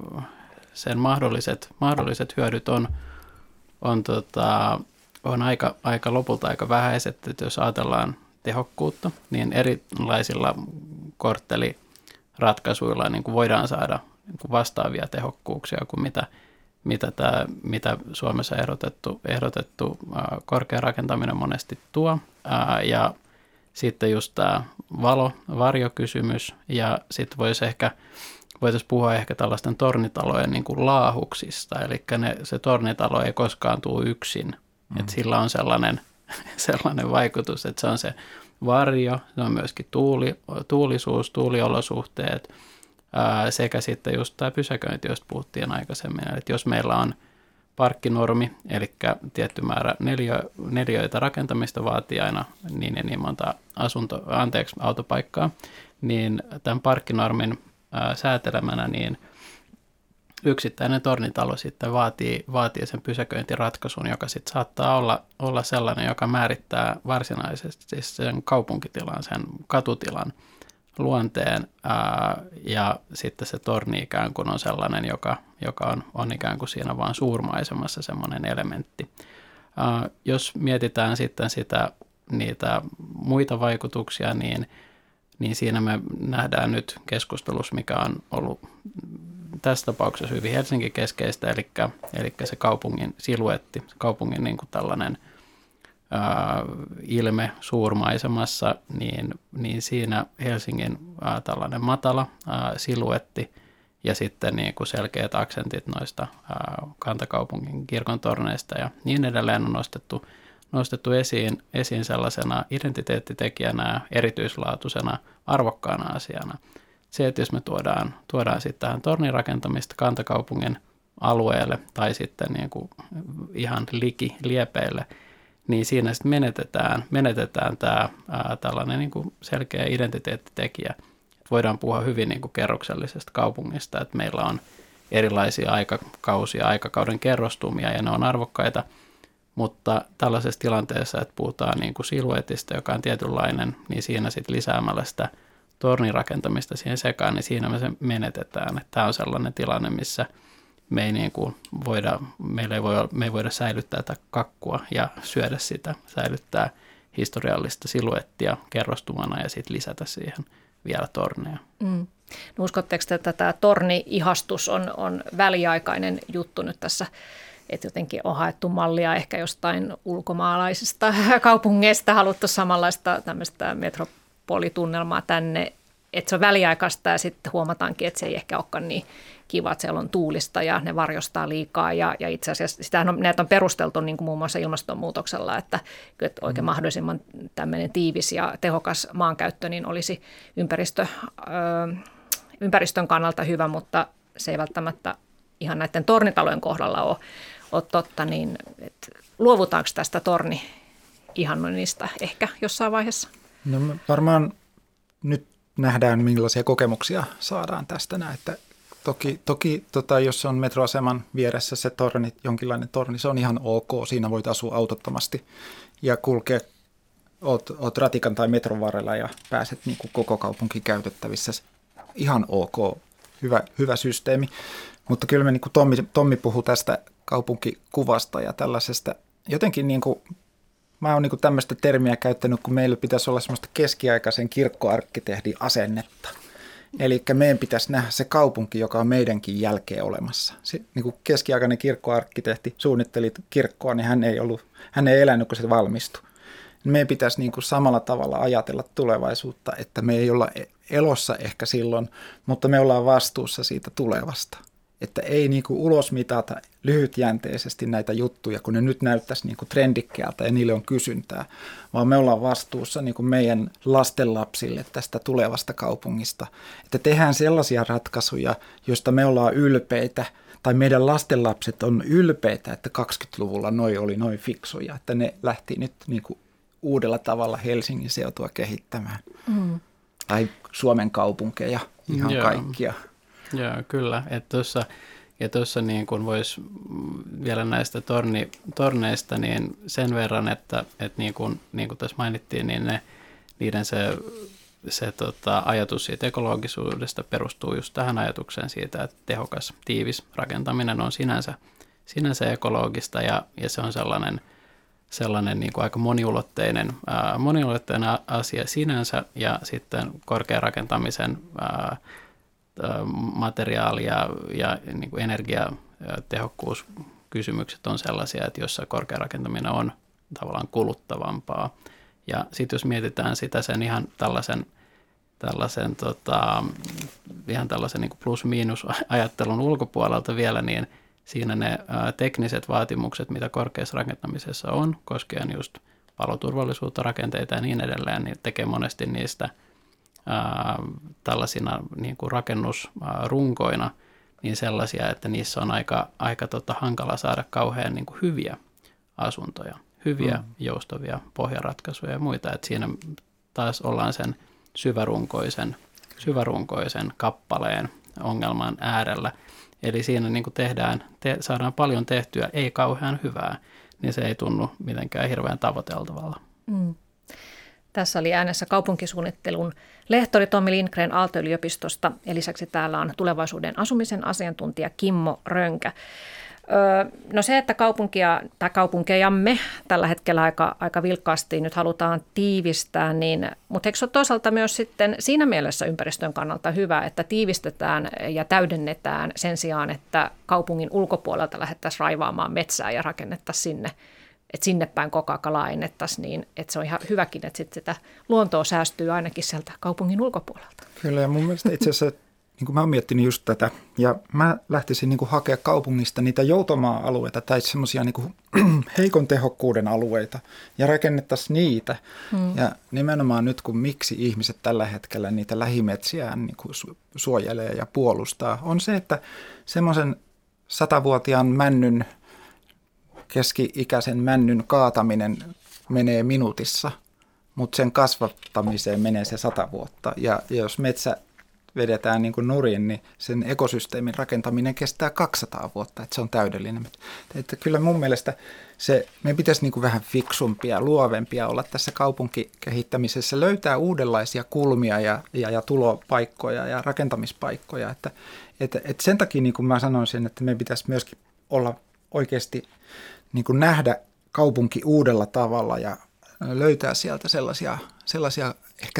sen mahdolliset, mahdolliset hyödyt on, on tota, on aika, aika lopulta aika vähäiset, että jos ajatellaan tehokkuutta, niin erilaisilla kortteliratkaisuilla niin kuin voidaan saada niin kuin vastaavia tehokkuuksia kuin mitä, mitä, tämä, mitä Suomessa ehdotettu, ehdotettu ää, korkea rakentaminen monesti tuo. Ää, ja sitten just tämä valo-varjokysymys ja sitten voisi ehkä, voitaisiin puhua ehkä tällaisten tornitalojen niin kuin laahuksista, eli ne, se tornitalo ei koskaan tule yksin. Mm. Että sillä on sellainen, sellainen vaikutus, että se on se varjo, se on myöskin tuuli, tuulisuus, tuuliolosuhteet ää, sekä sitten just tämä pysäköinti, josta puhuttiin aikaisemmin. Että jos meillä on parkkinormi, eli tietty määrä neljö, neljöitä rakentamista vaatii aina niin ja niin monta asunto, anteeksi, autopaikkaa, niin tämän parkkinormin ää, säätelemänä niin yksittäinen tornitalo sitten vaatii, vaatii sen pysäköintiratkaisun, joka sitten saattaa olla, olla sellainen, joka määrittää varsinaisesti siis sen kaupunkitilan, sen katutilan luonteen, ää, ja sitten se torni ikään kuin on sellainen, joka, joka on, on ikään kuin siinä vaan suurmaisemassa semmoinen elementti. Ää, jos mietitään sitten sitä, niitä muita vaikutuksia, niin, niin siinä me nähdään nyt keskustelussa, mikä on ollut tässä tapauksessa hyvin Helsingin keskeistä, eli, eli se kaupungin siluetti, kaupungin niin kuin tällainen ää, ilme suurmaisemassa, niin, niin siinä Helsingin ää, tällainen matala ää, siluetti ja sitten niin kuin selkeät aksentit noista ää, kantakaupungin kirkontorneista ja niin edelleen on nostettu, nostettu esiin, esiin sellaisena identiteettitekijänä ja erityislaatuisena arvokkaana asiana. Se, että jos me tuodaan, tuodaan sitten tähän tornirakentamista kantakaupungin alueelle tai sitten niin kuin ihan liki liepeille, niin siinä sitten menetetään, menetetään tämä ää, tällainen niin kuin selkeä identiteettitekijä. Voidaan puhua hyvin niin kuin kerroksellisesta kaupungista, että meillä on erilaisia aikakausia, aikakauden kerrostumia ja ne on arvokkaita, mutta tällaisessa tilanteessa, että puhutaan niin kuin siluetista, joka on tietynlainen, niin siinä sitten lisäämällä sitä tornirakentamista siihen sekaan, niin siinä me se menetetään. Että tämä on sellainen tilanne, missä me ei, niin kuin voida, meillä ei, voi, me ei voida säilyttää tätä kakkua ja syödä sitä, säilyttää historiallista siluettia kerrostumana ja sitten lisätä siihen vielä torneja. Mm. No uskotteko, että tämä torni-ihastus on, on väliaikainen juttu nyt tässä, että jotenkin on haettu mallia ehkä jostain ulkomaalaisista kaupungeista, haluttu samanlaista tämmöistä metropolitunnelmaa tänne, että se on väliaikaista ja sitten huomataankin, että se ei ehkä olekaan niin kiva, että siellä on tuulista ja ne varjostaa liikaa ja, ja itse asiassa sitähän on, näitä on perusteltu niin kuin muun muassa ilmastonmuutoksella, että, että oikein mahdollisimman tämmöinen tiivis ja tehokas maankäyttö niin olisi ympäristö, ö, ympäristön kannalta hyvä, mutta se ei välttämättä ihan näiden tornitalojen kohdalla ole, ole totta, niin että luovutaanko tästä torni-ihannoinnista ehkä jossain vaiheessa? No varmaan nyt nähdään, millaisia kokemuksia saadaan tästä. Että toki toki tota, jos on metroaseman vieressä se torni, jonkinlainen torni, se on ihan ok. Siinä voit asua autottomasti ja kulkea, oot, oot ratikan tai metron varrella ja pääset niin kuin koko kaupunki käytettävissä. Ihan ok, hyvä, hyvä systeemi. Mutta kyllä me, niin kuin Tommi, Tommi puhui tästä kaupunkikuvasta ja tällaisesta jotenkin niin kuin, mä oon niin tämmöistä termiä käyttänyt, kun meillä pitäisi olla semmoista keskiaikaisen kirkkoarkkitehdin asennetta. Eli meidän pitäisi nähdä se kaupunki, joka on meidänkin jälkeen olemassa. Se, niin kuin keskiaikainen kirkkoarkkitehti suunnitteli kirkkoa, niin hän ei, ollut, hän ei elänyt, kun se valmistui. Meidän pitäisi niin kuin samalla tavalla ajatella tulevaisuutta, että me ei olla elossa ehkä silloin, mutta me ollaan vastuussa siitä tulevasta. Että ei niin kuin ulos mitata lyhytjänteisesti näitä juttuja, kun ne nyt näyttäisi niin kuin trendikkeältä ja niille on kysyntää, vaan me ollaan vastuussa niin kuin meidän lastenlapsille tästä tulevasta kaupungista. Että tehdään sellaisia ratkaisuja, joista me ollaan ylpeitä, tai meidän lastenlapset on ylpeitä, että kaksikymmentäluvulla noi oli noin fiksuja, että ne lähti nyt niin kuin uudella tavalla Helsingin seutua kehittämään. Mm. Tai Suomen kaupunkeja, ihan Joo. kaikkia. Joo, kyllä. Että tuossa, ja tuossa niin kuin voisi vielä näistä torni, torneista niin sen verran, että, että niin kuin, niin kuin tässä mainittiin, niin ne, niiden se, se tota, ajatus siitä ekologisuudesta perustuu just tähän ajatukseen siitä, että tehokas, tiivis rakentaminen on sinänsä, sinänsä ekologista ja, ja se on sellainen, sellainen niin kuin aika moniulotteinen, ää, moniulotteinen asia sinänsä ja sitten korkean rakentamisen ää, materiaali- ja, ja niin kuin energiatehokkuuskysymykset on sellaisia, että jossa korkea rakentaminen on tavallaan kuluttavampaa. Ja sitten jos mietitään sitä sen ihan tällaisen, tällaisen, tota, ihan tällaisen niin kuin plus-miinus-ajattelun ulkopuolelta vielä, niin siinä ne ää, tekniset vaatimukset, mitä korkeassa rakentamisessa on, koskien just paloturvallisuutta, rakenteita ja niin edelleen, niin tekee monesti niistä Ää, tällaisina niin kuin rakennusrunkoina niin sellaisia, että niissä on aika, aika tota, hankala saada kauhean niin kuin hyviä asuntoja, hyviä mm. joustavia pohjaratkaisuja ja muita. Et siinä taas ollaan sen syvärunkoisen, syvärunkoisen kappaleen ongelman äärellä. Eli siinä niin kuin tehdään, te, saadaan paljon tehtyä, ei kauhean hyvää, niin se ei tunnu mitenkään hirveän tavoiteltavalla. Mm. Tässä oli äänessä kaupunkisuunnittelun lehtori Tommi Lindgren Aalto-yliopistosta ja lisäksi täällä on tulevaisuuden asumisen asiantuntija Kimmo Rönkä. No se, että kaupunkia tai kaupunkejamme tällä hetkellä aika, aika vilkkaasti nyt halutaan tiivistää, niin, mutta eikö se ole toisaalta myös sitten siinä mielessä ympäristön kannalta hyvä, että tiivistetään ja täydennetään sen sijaan, että kaupungin ulkopuolelta lähdettäisiin raivaamaan metsää ja rakennettaisiin sinne, että sinne päin koko ajan laajennettaisiin, niin että se on ihan hyväkin, että sitten sitä luontoa säästyy ainakin sieltä kaupungin ulkopuolelta. Kyllä, ja mun mielestä itse asiassa niin kuin mä oon miettinyt just tätä, ja mä lähtisin niin kuin hakea kaupungista niitä joutomaa-alueita tai semmoisia niin kuin heikon tehokkuuden alueita ja rakennettaisiin niitä. Hmm. Ja nimenomaan nyt, kun miksi ihmiset tällä hetkellä niitä lähimetsiään niin kuin suojelee ja puolustaa, on se, että semmoisen satavuotiaan männyn, keski-ikäisen männyn kaataminen menee minuutissa, mutta sen kasvattamiseen menee se sata vuotta. Ja, ja jos metsä vedetään niin kuin nurin, niin sen ekosysteemin rakentaminen kestää kaksisataa vuotta, että se on täydellinen. Että kyllä mun mielestä se, me pitäisi niin kuin vähän fiksumpia, luovempia olla tässä kaupunkikehittämisessä, löytää uudenlaisia kulmia ja, ja, ja tulopaikkoja ja rakentamispaikkoja. Että, että, että sen takia niin kuin mä sanoisin, että me pitäisi myöskin olla oikeasti niin kuin nähdä kaupunki uudella tavalla ja löytää sieltä sellaisia, sellaisia ehkä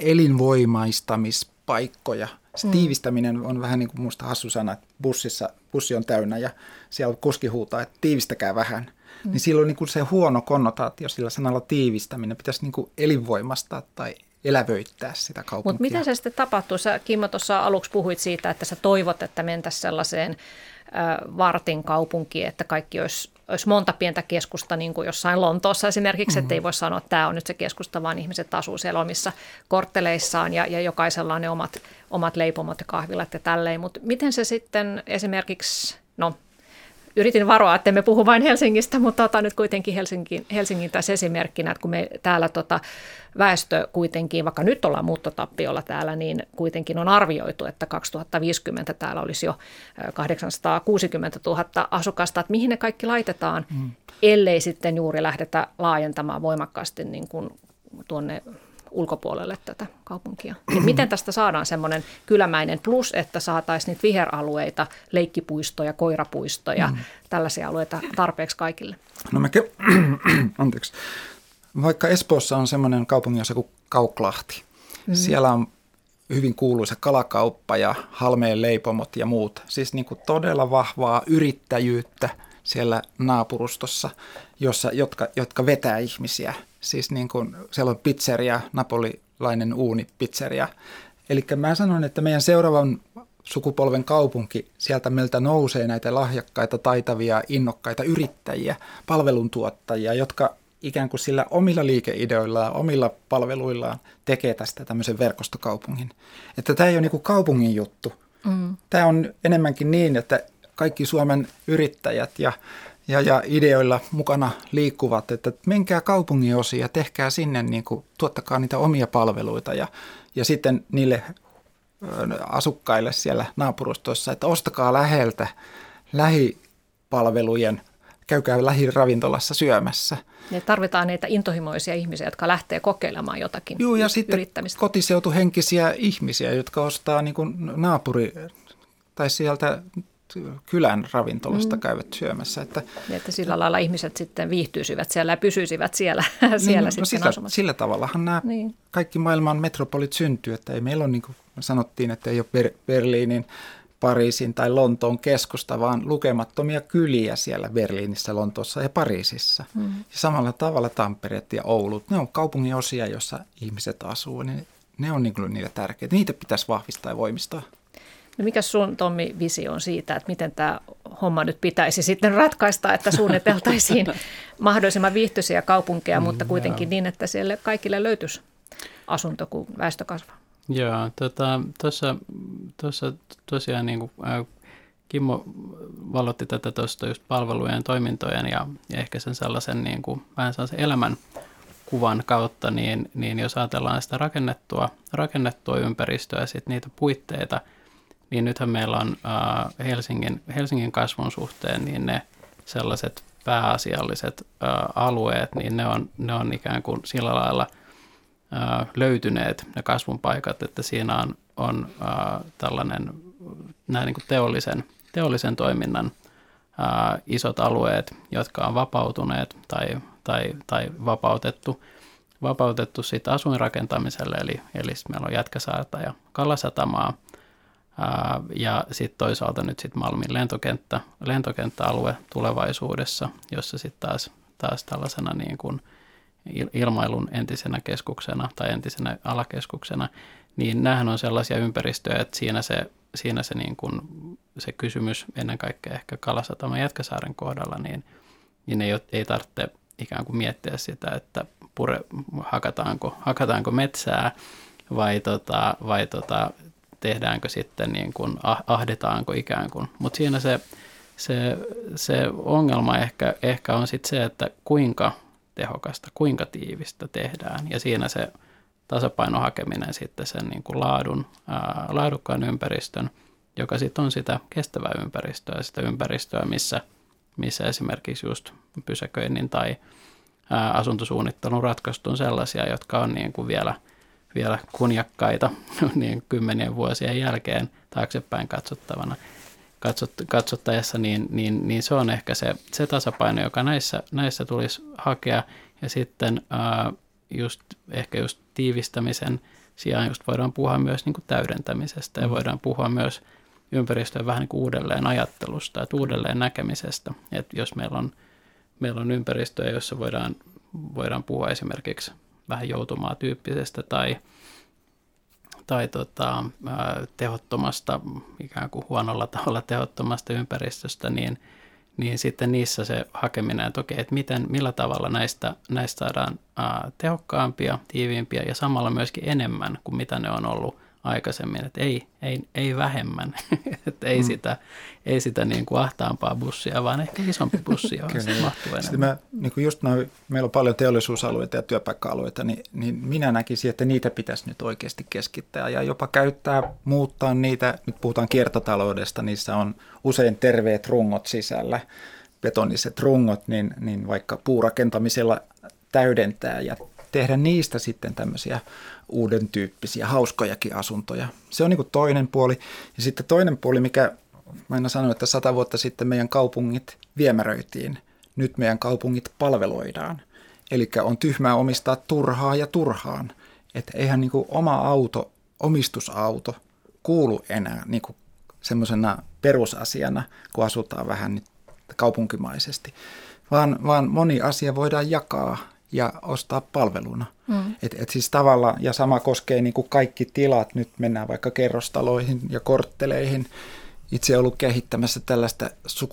elinvoimaistamispaikkoja, paikkoja. Se tiivistäminen on vähän niin kuin musta hassu sana, että bussissa, bussi on täynnä ja siellä kuski huutaa, että tiivistäkää vähän. Mm. Niin silloin niin kuin se huono konnotaatio sillä sanalla tiivistäminen pitäisi niin kuin elinvoimastaa tai elävöittää sitä kaupunkia. Mutta miten se sitten tapahtuu? Sä, Kimmo, tuossa aluksi puhuit siitä, että sä toivot, että mentäisiin sellaiseen äh, vartin kaupunkiin, että kaikki olisi olisi monta pientä keskusta, niin kuin jossain Lontoossa esimerkiksi, mm-hmm. että ei voi sanoa, että tämä on nyt se keskusta, vaan ihmiset asuu siellä omissa kortteleissaan ja, ja jokaisella on ne omat, omat leipomot ja kahvilat ja tälleen. Mutta miten se sitten esimerkiksi, no yritin varoa, että emme puhu vain Helsingistä, mutta otan nyt kuitenkin Helsingin, Helsingin tässä esimerkkinä, että kun me täällä tota, väestö kuitenkin, vaikka nyt ollaan muuttotappiolla täällä, niin kuitenkin on arvioitu, että kaksituhattaviisikymmentä täällä olisi jo kahdeksansataakuusikymmentätuhatta asukasta, että mihin ne kaikki laitetaan, mm. ellei sitten juuri lähdetä laajentamaan voimakkaasti niin kuin tuonne ulkopuolelle tätä kaupunkia. Ja miten tästä saadaan semmoinen kylämäinen plus, että saataisiin niitä viheralueita, leikkipuistoja, koirapuistoja, mm. tällaisia alueita tarpeeksi kaikille? No mä ke- Anteeksi. Vaikka Espoossa on semmoinen kaupunginosa kuin Kauklahti. Mm. Siellä on hyvin kuuluisa kalakauppa ja Halmeen leipomot ja muut. Siis niin kuin todella vahvaa yrittäjyyttä siellä naapurustossa, jossa, jotka, jotka vetää ihmisiä. Siis niin kuin siellä on pizzeria, napolilainen uunipizzeria. Eli mä sanon, että meidän seuraavan sukupolven kaupunki, sieltä meiltä nousee näitä lahjakkaita, taitavia, innokkaita yrittäjiä, palveluntuottajia, jotka ikään kuin sillä omilla liikeideoillaan, omilla palveluillaan tekee tästä tämmöisen verkostokaupungin. Että tämä ei ole niin kuin kaupungin juttu. Mm. Tämä on enemmänkin niin, että kaikki Suomen yrittäjät ja Ja, ja ideoilla mukana liikkuvat, että menkää kaupungin osiin ja tehkää sinne, niin kuin, tuottakaa niitä omia palveluita ja, ja sitten niille asukkaille siellä naapurustoissa, että ostakaa läheltä lähipalvelujen, käykää lähiravintolassa syömässä. Ja tarvitaan niitä intohimoisia ihmisiä, jotka lähtee kokeilemaan jotakin Joo, ja yrittämistä. Sitten kotiseutuhenkisiä ihmisiä, jotka ostaa niin kuin naapuri tai sieltä kylän ravintolasta mm. käyvät syömässä. Että, että sillä lailla ihmiset sitten viihtyisivät siellä ja pysyisivät siellä, siellä niin, sitten no sillä, asumassa. Sillä tavallahan nämä niin. kaikki maailman metropolit syntyy, että ei meillä ole, niin kuin sanottiin, että ei ole Berliinin, Pariisin tai Lontoon keskusta, vaan lukemattomia kyliä siellä Berliinissä, Lontoossa ja Pariisissa. Mm. Ja samalla tavalla Tampereet ja Oulut, ne on kaupungin osia, jossa ihmiset asuu, niin ne on niin kuin niitä tärkeitä. Niitä pitäisi vahvistaa ja voimistaa. No mikä sun, Tommi, visio on siitä, että miten tämä homma nyt pitäisi sitten ratkaista, että suunniteltaisiin mahdollisimman viihtyisiä kaupunkeja, mutta kuitenkin niin, että siellä kaikille löytyisi asunto, kun väestö kasvaa? Joo, tota, tuossa, tuossa tosiaan niin kuin, äh, Kimmo valotti tätä tuosta just palvelujen, toimintojen ja, ja ehkä sen sellaisen niin kuin, vähän sellaisen elämänkuvan kautta, niin, niin jos ajatellaan sitä rakennettua, rakennettua ympäristöä ja sitten niitä puitteita, niin nythän meillä on äh, Helsingin, Helsingin kasvun suhteen niin ne sellaiset pääasialliset äh, alueet, niin ne on, ne on ikään kuin sillä lailla äh, löytyneet ne kasvun paikat, että siinä on, on äh, tällainen näin niin kuin teollisen, teollisen toiminnan äh, isot alueet, jotka on vapautuneet tai, tai, tai vapautettu, vapautettu siitä asuinrakentamiselle, eli, eli meillä on Jätkäsaarta ja Kalasatamaa. Ää, ja sitten toisaalta nyt sitten Malmin lentokenttä, lentokenttäalue tulevaisuudessa, jossa sitten taas, taas tällaisena niin kuin ilmailun entisenä keskuksena tai entisenä alakeskuksena, niin näähän on sellaisia ympäristöjä, että siinä se, siinä se, niin kuin, se kysymys ennen kaikkea ehkä Kalasataman Jätkäsaaren kohdalla, niin, niin ei, ei tarvitse ikään kuin miettiä sitä, että pure, hakataanko, hakataanko metsää vai, tota, vai tota, tehdäänkö sitten, niin kuin, ahdetaanko ikään kuin. Mutta siinä se, se, se ongelma ehkä, ehkä on sitten se, että kuinka tehokasta, kuinka tiivistä tehdään. Ja siinä se tasapainon hakeminen sitten sen niin kuin laadun, ää, laadukkaan ympäristön, joka sitten on sitä kestävää ympäristöä, sitä ympäristöä, missä, missä esimerkiksi just pysäköinnin tai ää, asuntosuunnittelun ratkaisut on sellaisia, jotka on niin kuin vielä vielä kunniakkaita niin kymmenien vuosien jälkeen taaksepäin katsottavana, katsot, katsottaessa, niin, niin, niin se on ehkä se, se tasapaino, joka näissä, näissä tulisi hakea. Ja sitten ää, just, ehkä just tiivistämisen sijaan just voidaan puhua myös niin kuin täydentämisestä ja voidaan puhua myös ympäristöön vähän niin kuin uudelleen ajattelusta ja uudelleen näkemisestä. Et jos meillä on, meillä on ympäristöjä, jossa voidaan, voidaan puhua esimerkiksi vähän joutumaa tyyppisestä tai, tai tota, tehottomasta, ikään kuin huonolla tavalla tehottomasta ympäristöstä, niin, niin sitten niissä se hakeminen, että okei, että miten, millä tavalla näistä, näistä saadaan ää, tehokkaampia, tiiviimpiä ja samalla myöskin enemmän kuin mitä ne on ollut aikaisemmin, että ei, ei, ei vähemmän, että ei, mm. sitä, ei sitä niin kuin ahtaampaa bussia, vaan ehkä isompi bussi, johon se mahtuu enemmän. Mä, niin kuin just noi, meillä on paljon teollisuusalueita ja työpaikka-alueita, niin, niin minä näkisin, että niitä pitäisi nyt oikeasti keskittää ja jopa käyttää, muuttaa niitä, nyt puhutaan kiertotaloudesta, niissä on usein terveet rungot sisällä, betoniset rungot, niin, niin vaikka puurakentamisella täydentää ja tehdä niistä sitten tämmöisiä uuden tyyppisiä, hauskojakin asuntoja. Se on niin kuin toinen puoli. Ja sitten toinen puoli, mikä mä aina sanon, että sata vuotta sitten meidän kaupungit viemäröitiin. Nyt meidän kaupungit palveloidaan. Eli on tyhmää omistaa turhaa ja turhaan. Että eihän niin kuin oma auto, omistusauto kuulu enää niin kuin semmoisena perusasiana, kun asutaan vähän nyt kaupunkimaisesti. Vaan, vaan moni asia voidaan jakaa ja ostaa palveluna. Mm. Et, et siis tavalla, ja sama koskee niin kuin kaikki tilat, nyt mennään vaikka kerrostaloihin ja kortteleihin. Itse olen ollut kehittämässä tällaista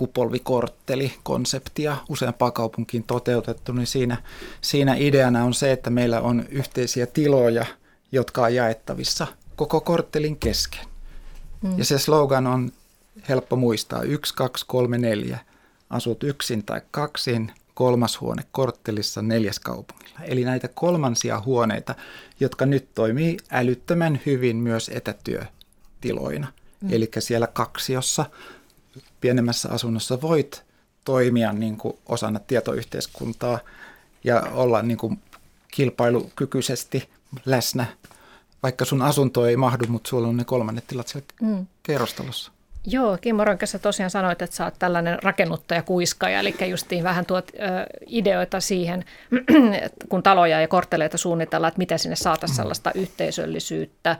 sukupolvikorttelikonseptia useampaan kaupunkiin toteutettu, niin siinä, siinä ideana on se, että meillä on yhteisiä tiloja, jotka on jaettavissa koko korttelin kesken. Mm. Ja se slogan on helppo muistaa, yksi, kaksi, kolme, neljä, asut yksin tai kaksin, kolmas huone korttelissa, neljäs kaupungilla. Eli näitä kolmansia huoneita, jotka nyt toimii älyttömän hyvin myös etätyötiloina. Mm. Eli siellä kaksiossa, pienemmässä asunnossa voit toimia niin kuin osana tietoyhteiskuntaa ja olla niin kuin kilpailukykyisesti läsnä, vaikka sun asunto ei mahdu, mutta sulla on ne kolmannet tilat siellä mm. kerrostalossa. Joo, Kimmo Rönkässä tosiaan sanoit, että sä oot tällainen rakennuttaja kuiskaaja, eli justiin vähän tuot ö, ideoita siihen, kun taloja ja kortteleita suunnitellaan, että miten sinne saataisiin sellaista yhteisöllisyyttä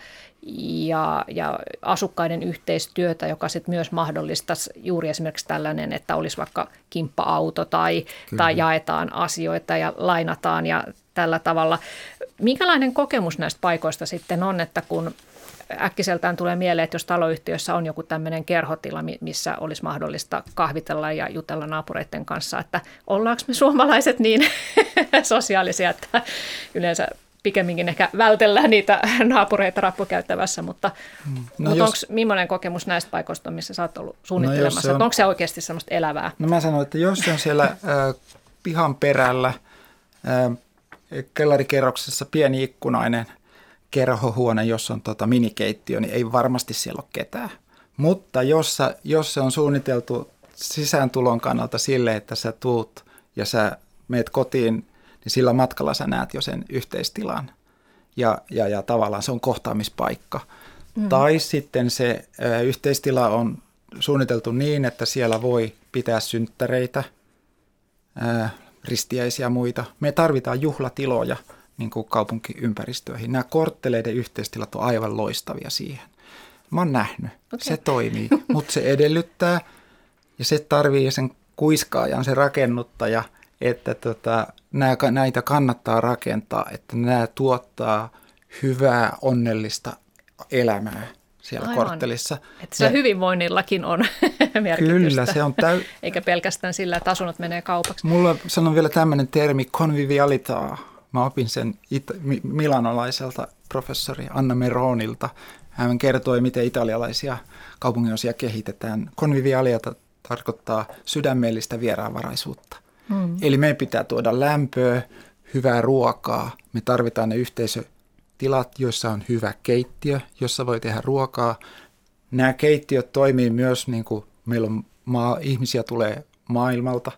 ja, ja asukkaiden yhteistyötä, joka sitten myös mahdollistaisi juuri esimerkiksi tällainen, että olisi vaikka kimppa-auto tai, tai jaetaan asioita ja lainataan ja tällä tavalla. Minkälainen kokemus näistä paikoista sitten on, että kun äkkiseltään tulee mieleen, että jos taloyhtiössä on joku tämmöinen kerhotila, missä olisi mahdollista kahvitella ja jutella naapureiden kanssa, että ollaanko me suomalaiset niin sosiaalisia, että yleensä pikemminkin ehkä vältellään niitä naapureita rappukäyttävässä, mutta, no mutta jos, onko millainen kokemus näistä paikoista, missä sä oot ollut suunnittelemassa, no on, että onko se oikeasti semmoista elävää? No mä sanon, että jos se on siellä äh, pihan perällä, äh, kellarikerroksessa pieni ikkunainen kerhohuone, jossa on tota minikeittiö, niin ei varmasti siellä ole ketään. Mutta jos, sä, jos se on suunniteltu sisääntulon kannalta sille, että sä tuut ja sä meet kotiin, niin sillä matkalla sä näet jo sen yhteistilan. Ja, ja, ja tavallaan se on kohtaamispaikka. Mm. Tai sitten se ä, yhteistila on suunniteltu niin, että siellä voi pitää synttäreitä, ä, ristiäisiä ja muita. Me tarvitaan juhlatiloja niin kuin kaupunkiympäristöihin. Nämä kortteleiden yhteistilat on aivan loistavia siihen. Mä oon nähnyt. Okay. Se toimii, mutta se edellyttää ja se tarvii sen kuiskaajan, se rakennuttaja, että tota, nää, näitä kannattaa rakentaa, että nämä tuottaa hyvää, onnellista elämää siellä Aivan. korttelissa. Että se ja, hyvinvoinnillakin on merkitystä. Kyllä, se on täy... Eikä pelkästään sillä, että asunnot menee kaupaksi. Mulla sanon vielä tämmöinen termi, convivialitaa. Mä opin sen it- milanolaiselta professori Anna Meronilta. Hän kertoi, miten italialaisia kaupunginosia kehitetään. Convivialiata tarkoittaa sydämellistä vieraanvaraisuutta. Hmm. Eli meidän pitää tuoda lämpöä, hyvää ruokaa. Me tarvitaan ne yhteisötilat, joissa on hyvä keittiö, jossa voi tehdä ruokaa. Nämä keittiöt toimii myös, niin kuin meillä on maa, ihmisiä tulee maailmalta,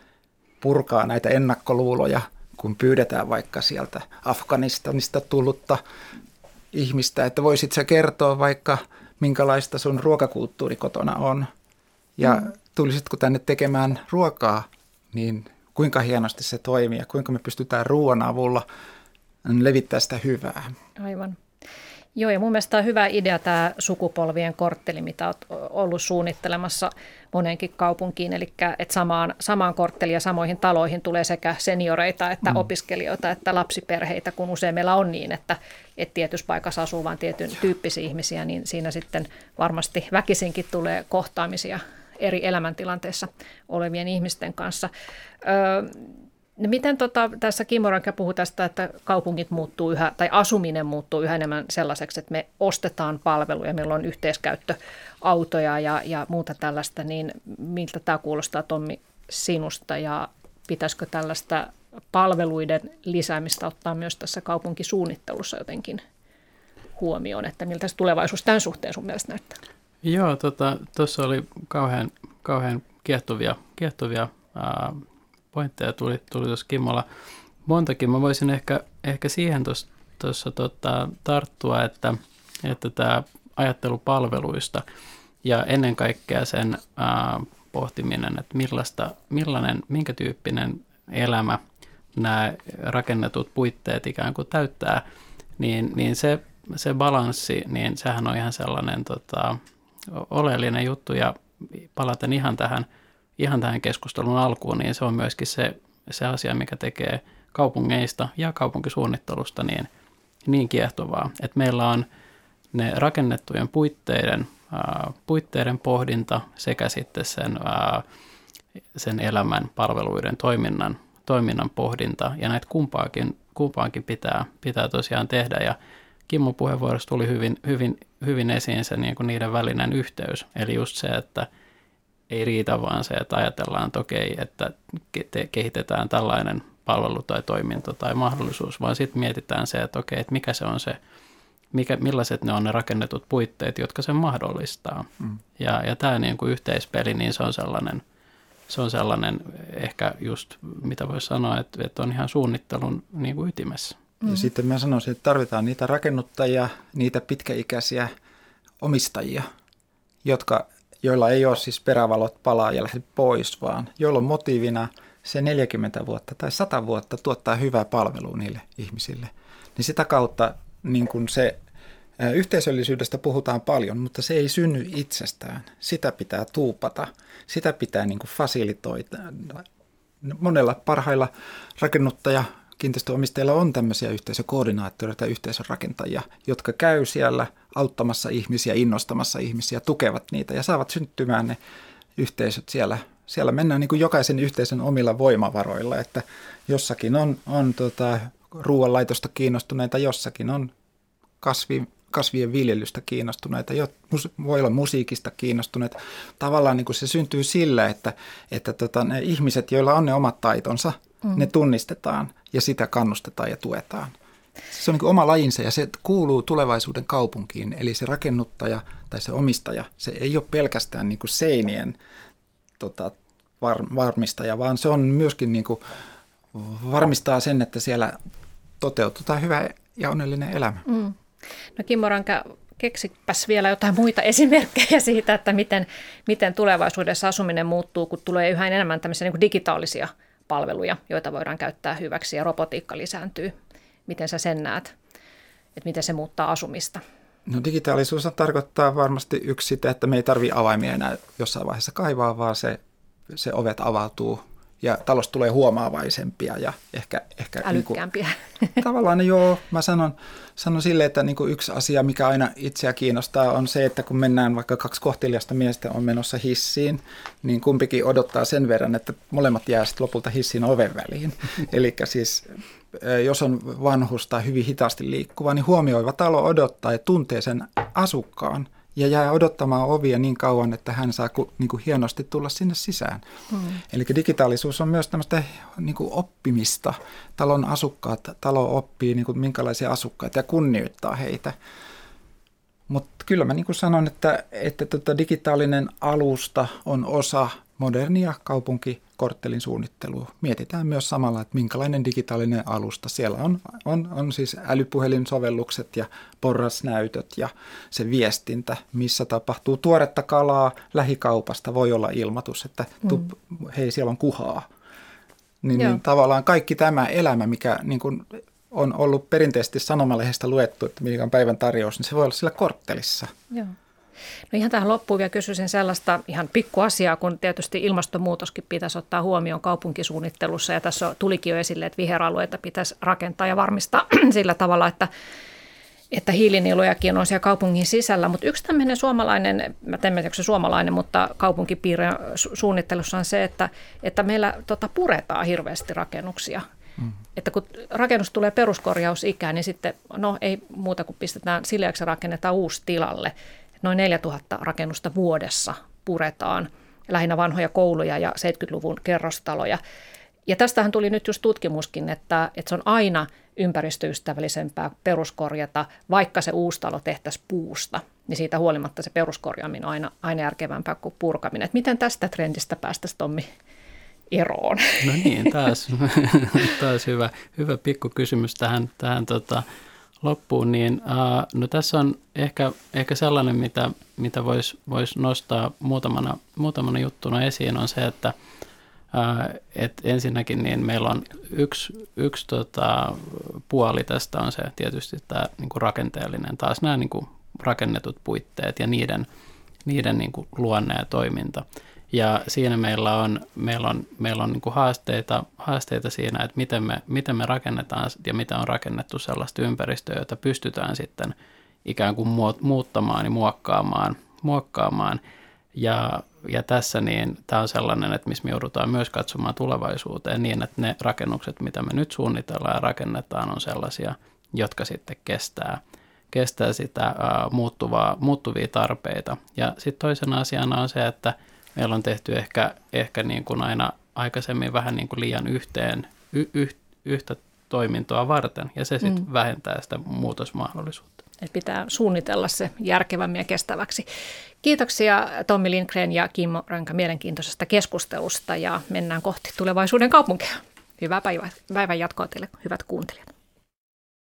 purkaa näitä ennakkoluuloja, kun pyydetään vaikka sieltä Afganistanista tullutta ihmistä, että voisit sä kertoa vaikka, minkälaista sun ruokakulttuuri kotona on. Ja mm. tulisitko tänne tekemään ruokaa, niin kuinka hienosti se toimii ja kuinka me pystytään ruoan avulla levittämään sitä hyvää. Aivan. Joo, ja mun mielestä on hyvä idea tämä sukupolvien kortteli, mitä olet ollut suunnittelemassa moneenkin kaupunkiin. Eli että samaan, samaan kortteliin ja samoihin taloihin tulee sekä senioreita että mm. opiskelijoita että lapsiperheitä, kun usein meillä on niin, että, että tietyssä paikassa asuu vain tietyn tyyppisiä ihmisiä, niin siinä sitten varmasti väkisinkin tulee kohtaamisia eri elämäntilanteissa olevien ihmisten kanssa. Öö, Miten tota, tässä Kimmo Rönkä puhui tästä, että kaupungit muuttuu yhä, tai asuminen muuttuu yhä enemmän sellaiseksi, että me ostetaan palveluja, meillä on yhteiskäyttöautoja ja, ja muuta tällaista, niin miltä tämä kuulostaa, Tommi, sinusta, ja pitäisikö tällaista palveluiden lisäämistä ottaa myös tässä kaupunkisuunnittelussa jotenkin huomioon, että miltä se tulevaisuus tämän suhteen sun mielestä näyttää? Joo, tuossa tota, oli kauhean, kauhean kiehtovia, kiehtovia ää, pointteja tuli, tuli tuossa Kimmolla montakin. Mä voisin ehkä, ehkä siihen tuossa tota, tarttua, että, että tämä ajattelu palveluista ja ennen kaikkea sen ää, pohtiminen, että millaista, millainen, minkä tyyppinen elämä nämä rakennetut puitteet ikään kuin täyttää, niin, niin se, se balanssi, niin sehän on ihan sellainen tota, oleellinen juttu, ja palaten ihan tähän Ihan tähän keskustelun alkuun, niin se on myöskin se, se asia, mikä tekee kaupungeista ja kaupunkisuunnittelusta niin, niin kiehtovaa. Että meillä on ne rakennettujen puitteiden, ää, puitteiden pohdinta sekä sitten sen, ää, sen elämän palveluiden toiminnan, toiminnan pohdinta. Ja näitä kumpaakin, kumpaankin pitää, pitää tosiaan tehdä. Ja Kimmon puheenvuorossa tuli hyvin, hyvin, hyvin esiin se niin kuin niiden välinen yhteys. Eli just se, että ei riitä vaan se, että ajatellaan, että okei, että kehitetään tällainen palvelu tai toiminto tai mahdollisuus, vaan sitten mietitään se, että okei, että mikä se on se, mikä, millaiset ne on ne rakennetut puitteet, jotka sen mahdollistaa. Mm. Ja, ja tämä niin kuin yhteispeli, niin se on sellainen, se on sellainen ehkä just, mitä voisi sanoa, että, että on ihan suunnittelun niin kuin ytimessä. Ja mm. sitten mä sanoisin, että tarvitaan niitä rakennuttajia, niitä pitkäikäisiä omistajia, jotka joilla ei ole siis perävalot palaa ja lähde pois, vaan joilla on motiivina se neljäkymmentä vuotta tai sata vuotta tuottaa hyvää palvelua niille ihmisille. Niin sitä kautta niin kun se ä, yhteisöllisyydestä puhutaan paljon, mutta se ei synny itsestään. Sitä pitää tuupata, sitä pitää niin kun fasilitoida. Monella parhailla rakennuttaja kiinteistöomistajilla on tämmöisiä yhteisökoordinaattoreita ja yhteisörakentajia, jotka käy siellä auttamassa ihmisiä, innostamassa ihmisiä, tukevat niitä ja saavat syntymään ne yhteisöt siellä. Siellä mennään niin kuin jokaisen yhteisön omilla voimavaroilla, että jossakin on, on tota, ruoanlaitosta kiinnostuneita, jossakin on kasvi, kasvien viljelystä kiinnostuneita, voi olla musiikista kiinnostuneita. Tavallaan niin kuin se syntyy sillä, että, että tota, ne ihmiset, joilla on ne omat taitonsa, mm. ne tunnistetaan ja sitä kannustetaan ja tuetaan. Se on niin kuin oma lajinsa ja se kuuluu tulevaisuuden kaupunkiin. Eli se rakennuttaja tai se omistaja, se ei ole pelkästään niin kuin seinien tota, var, varmistaja, vaan se on myöskin niin kuin varmistaa sen, että siellä toteutetaan hyvä ja onnellinen elämä. Mm. No Kimmo Ranka, keksipäs vielä jotain muita esimerkkejä siitä, että miten, miten tulevaisuudessa asuminen muuttuu, kun tulee yhä enemmän tämmöisiä niin kuin digitaalisia palveluja, joita voidaan käyttää hyväksi ja robotiikka lisääntyy. Miten sä sen näet, että miten se muuttaa asumista? No digitaalisuus tarkoittaa varmasti yksi sitä, että me ei tarvitse avaimia enää jossain vaiheessa kaivaa, vaan se, se ovet avautuu ja talosta tulee huomaavaisempia ja ehkä... ehkä älykkäämpiä. Niin kuin, tavallaan joo, mä sanon, sanon silleen, että niin kuin yksi asia, mikä aina itseä kiinnostaa, on se, että kun mennään vaikka kaksi kohteliasta miestä on menossa hissiin, niin kumpikin odottaa sen verran, että molemmat jää sitten lopulta hissin oven väliin. Eli siis jos on vanhus tai hyvin hitaasti liikkuva, niin huomioiva talo odottaa ja tuntee sen asukkaan ja jää odottamaan ovia niin kauan, että hän saa ku, niin kuin hienosti tulla sinne sisään. Hmm. Eli digitaalisuus on myös tämmöistä niin kuin oppimista. Talon asukkaat, talo oppii niin kuin minkälaisia asukkaita ja kunnioittaa heitä. Mutta kyllä mä niin kuin sanon, että, että tota digitaalinen alusta on osa modernia kaupunkikorttelin suunnittelua. Mietitään myös samalla, että minkälainen digitaalinen alusta. Siellä on, on, on siis älypuhelinsovellukset ja porrasnäytöt ja se viestintä, missä tapahtuu tuoretta kalaa lähikaupasta. Voi olla ilmoitus, että tup, hei, siellä on kuhaa. Niin, niin tavallaan kaikki tämä elämä, mikä niin kuin on ollut perinteisesti sanomalehdestä luettu, että mikä on päivän tarjous, niin se voi olla siellä korttelissa. Joo. No ihan tähän loppuun vielä kysyisin sellaista ihan pikkuasiaa, kun tietysti ilmastonmuutoskin pitäisi ottaa huomioon kaupunkisuunnittelussa. Ja tässä tulikin jo esille, että viheralueita pitäisi rakentaa ja varmistaa sillä tavalla, että, että hiilinielujakin on siellä kaupungin sisällä. Mutta yksi tämmöinen suomalainen, mä en tiedä, onko se suomalainen, mutta kaupunkipiirien suunnittelussa on se, että, että meillä tota, puretaan hirveästi rakennuksia. Mm. Että kun rakennus tulee peruskorjausikään, niin sitten no ei muuta kuin pistetään sileäksi ja rakennetaan uusi tilalle. Noin neljätuhatta rakennusta vuodessa puretaan, lähinnä vanhoja kouluja ja seitsemänkymmentäluvun kerrostaloja. Ja tästähän tuli nyt just tutkimuskin, että, että se on aina ympäristöystävällisempää peruskorjata, vaikka se uusi talo tehtäisiin puusta. Niin siitä huolimatta se peruskorjaaminen on aina, aina järkevämpää kuin purkaminen. Et miten tästä trendistä päästäisiin, Tommi, eroon? No niin, taas, taas hyvä, hyvä pikku kysymys tähän, tähän tota, loppuun. Niin, uh, no tässä on ehkä, ehkä sellainen, mitä, mitä voisi vois nostaa muutamana, muutamana juttuna esiin, on se, että uh, et ensinnäkin niin meillä on yksi, yksi tota, puoli tästä on se tietysti tämä niinku rakenteellinen, taas nämä niinku rakennetut puitteet ja niiden, niiden niinku luonne ja toiminta. Ja siinä meillä on, meillä on, meillä on niin kuin haasteita, haasteita siinä, että miten me, miten me rakennetaan ja mitä on rakennettu sellaista ympäristöä, jota pystytään sitten ikään kuin muuttamaan ja muokkaamaan. muokkaamaan. Ja, ja tässä niin tämä on sellainen, että missä me joudutaan myös katsomaan tulevaisuuteen niin, että ne rakennukset, mitä me nyt suunnitellaan ja rakennetaan, on sellaisia, jotka sitten kestää, kestää sitä uh, muuttuvaa, muuttuvia tarpeita. Ja sitten toisena asiana on se, että meillä on tehty ehkä, ehkä niin kuin aina aikaisemmin vähän niin kuin liian yhteen, y, y, yhtä toimintoa varten, ja se sitten mm. vähentää sitä muutosmahdollisuutta. Eli pitää suunnitella se järkevämmin ja kestäväksi. Kiitoksia Tommi Lindgren ja Kimmo Ranka mielenkiintoisesta keskustelusta, ja mennään kohti tulevaisuuden kaupunkia. Hyvää päivän jatkoa teille, hyvät kuuntelijat.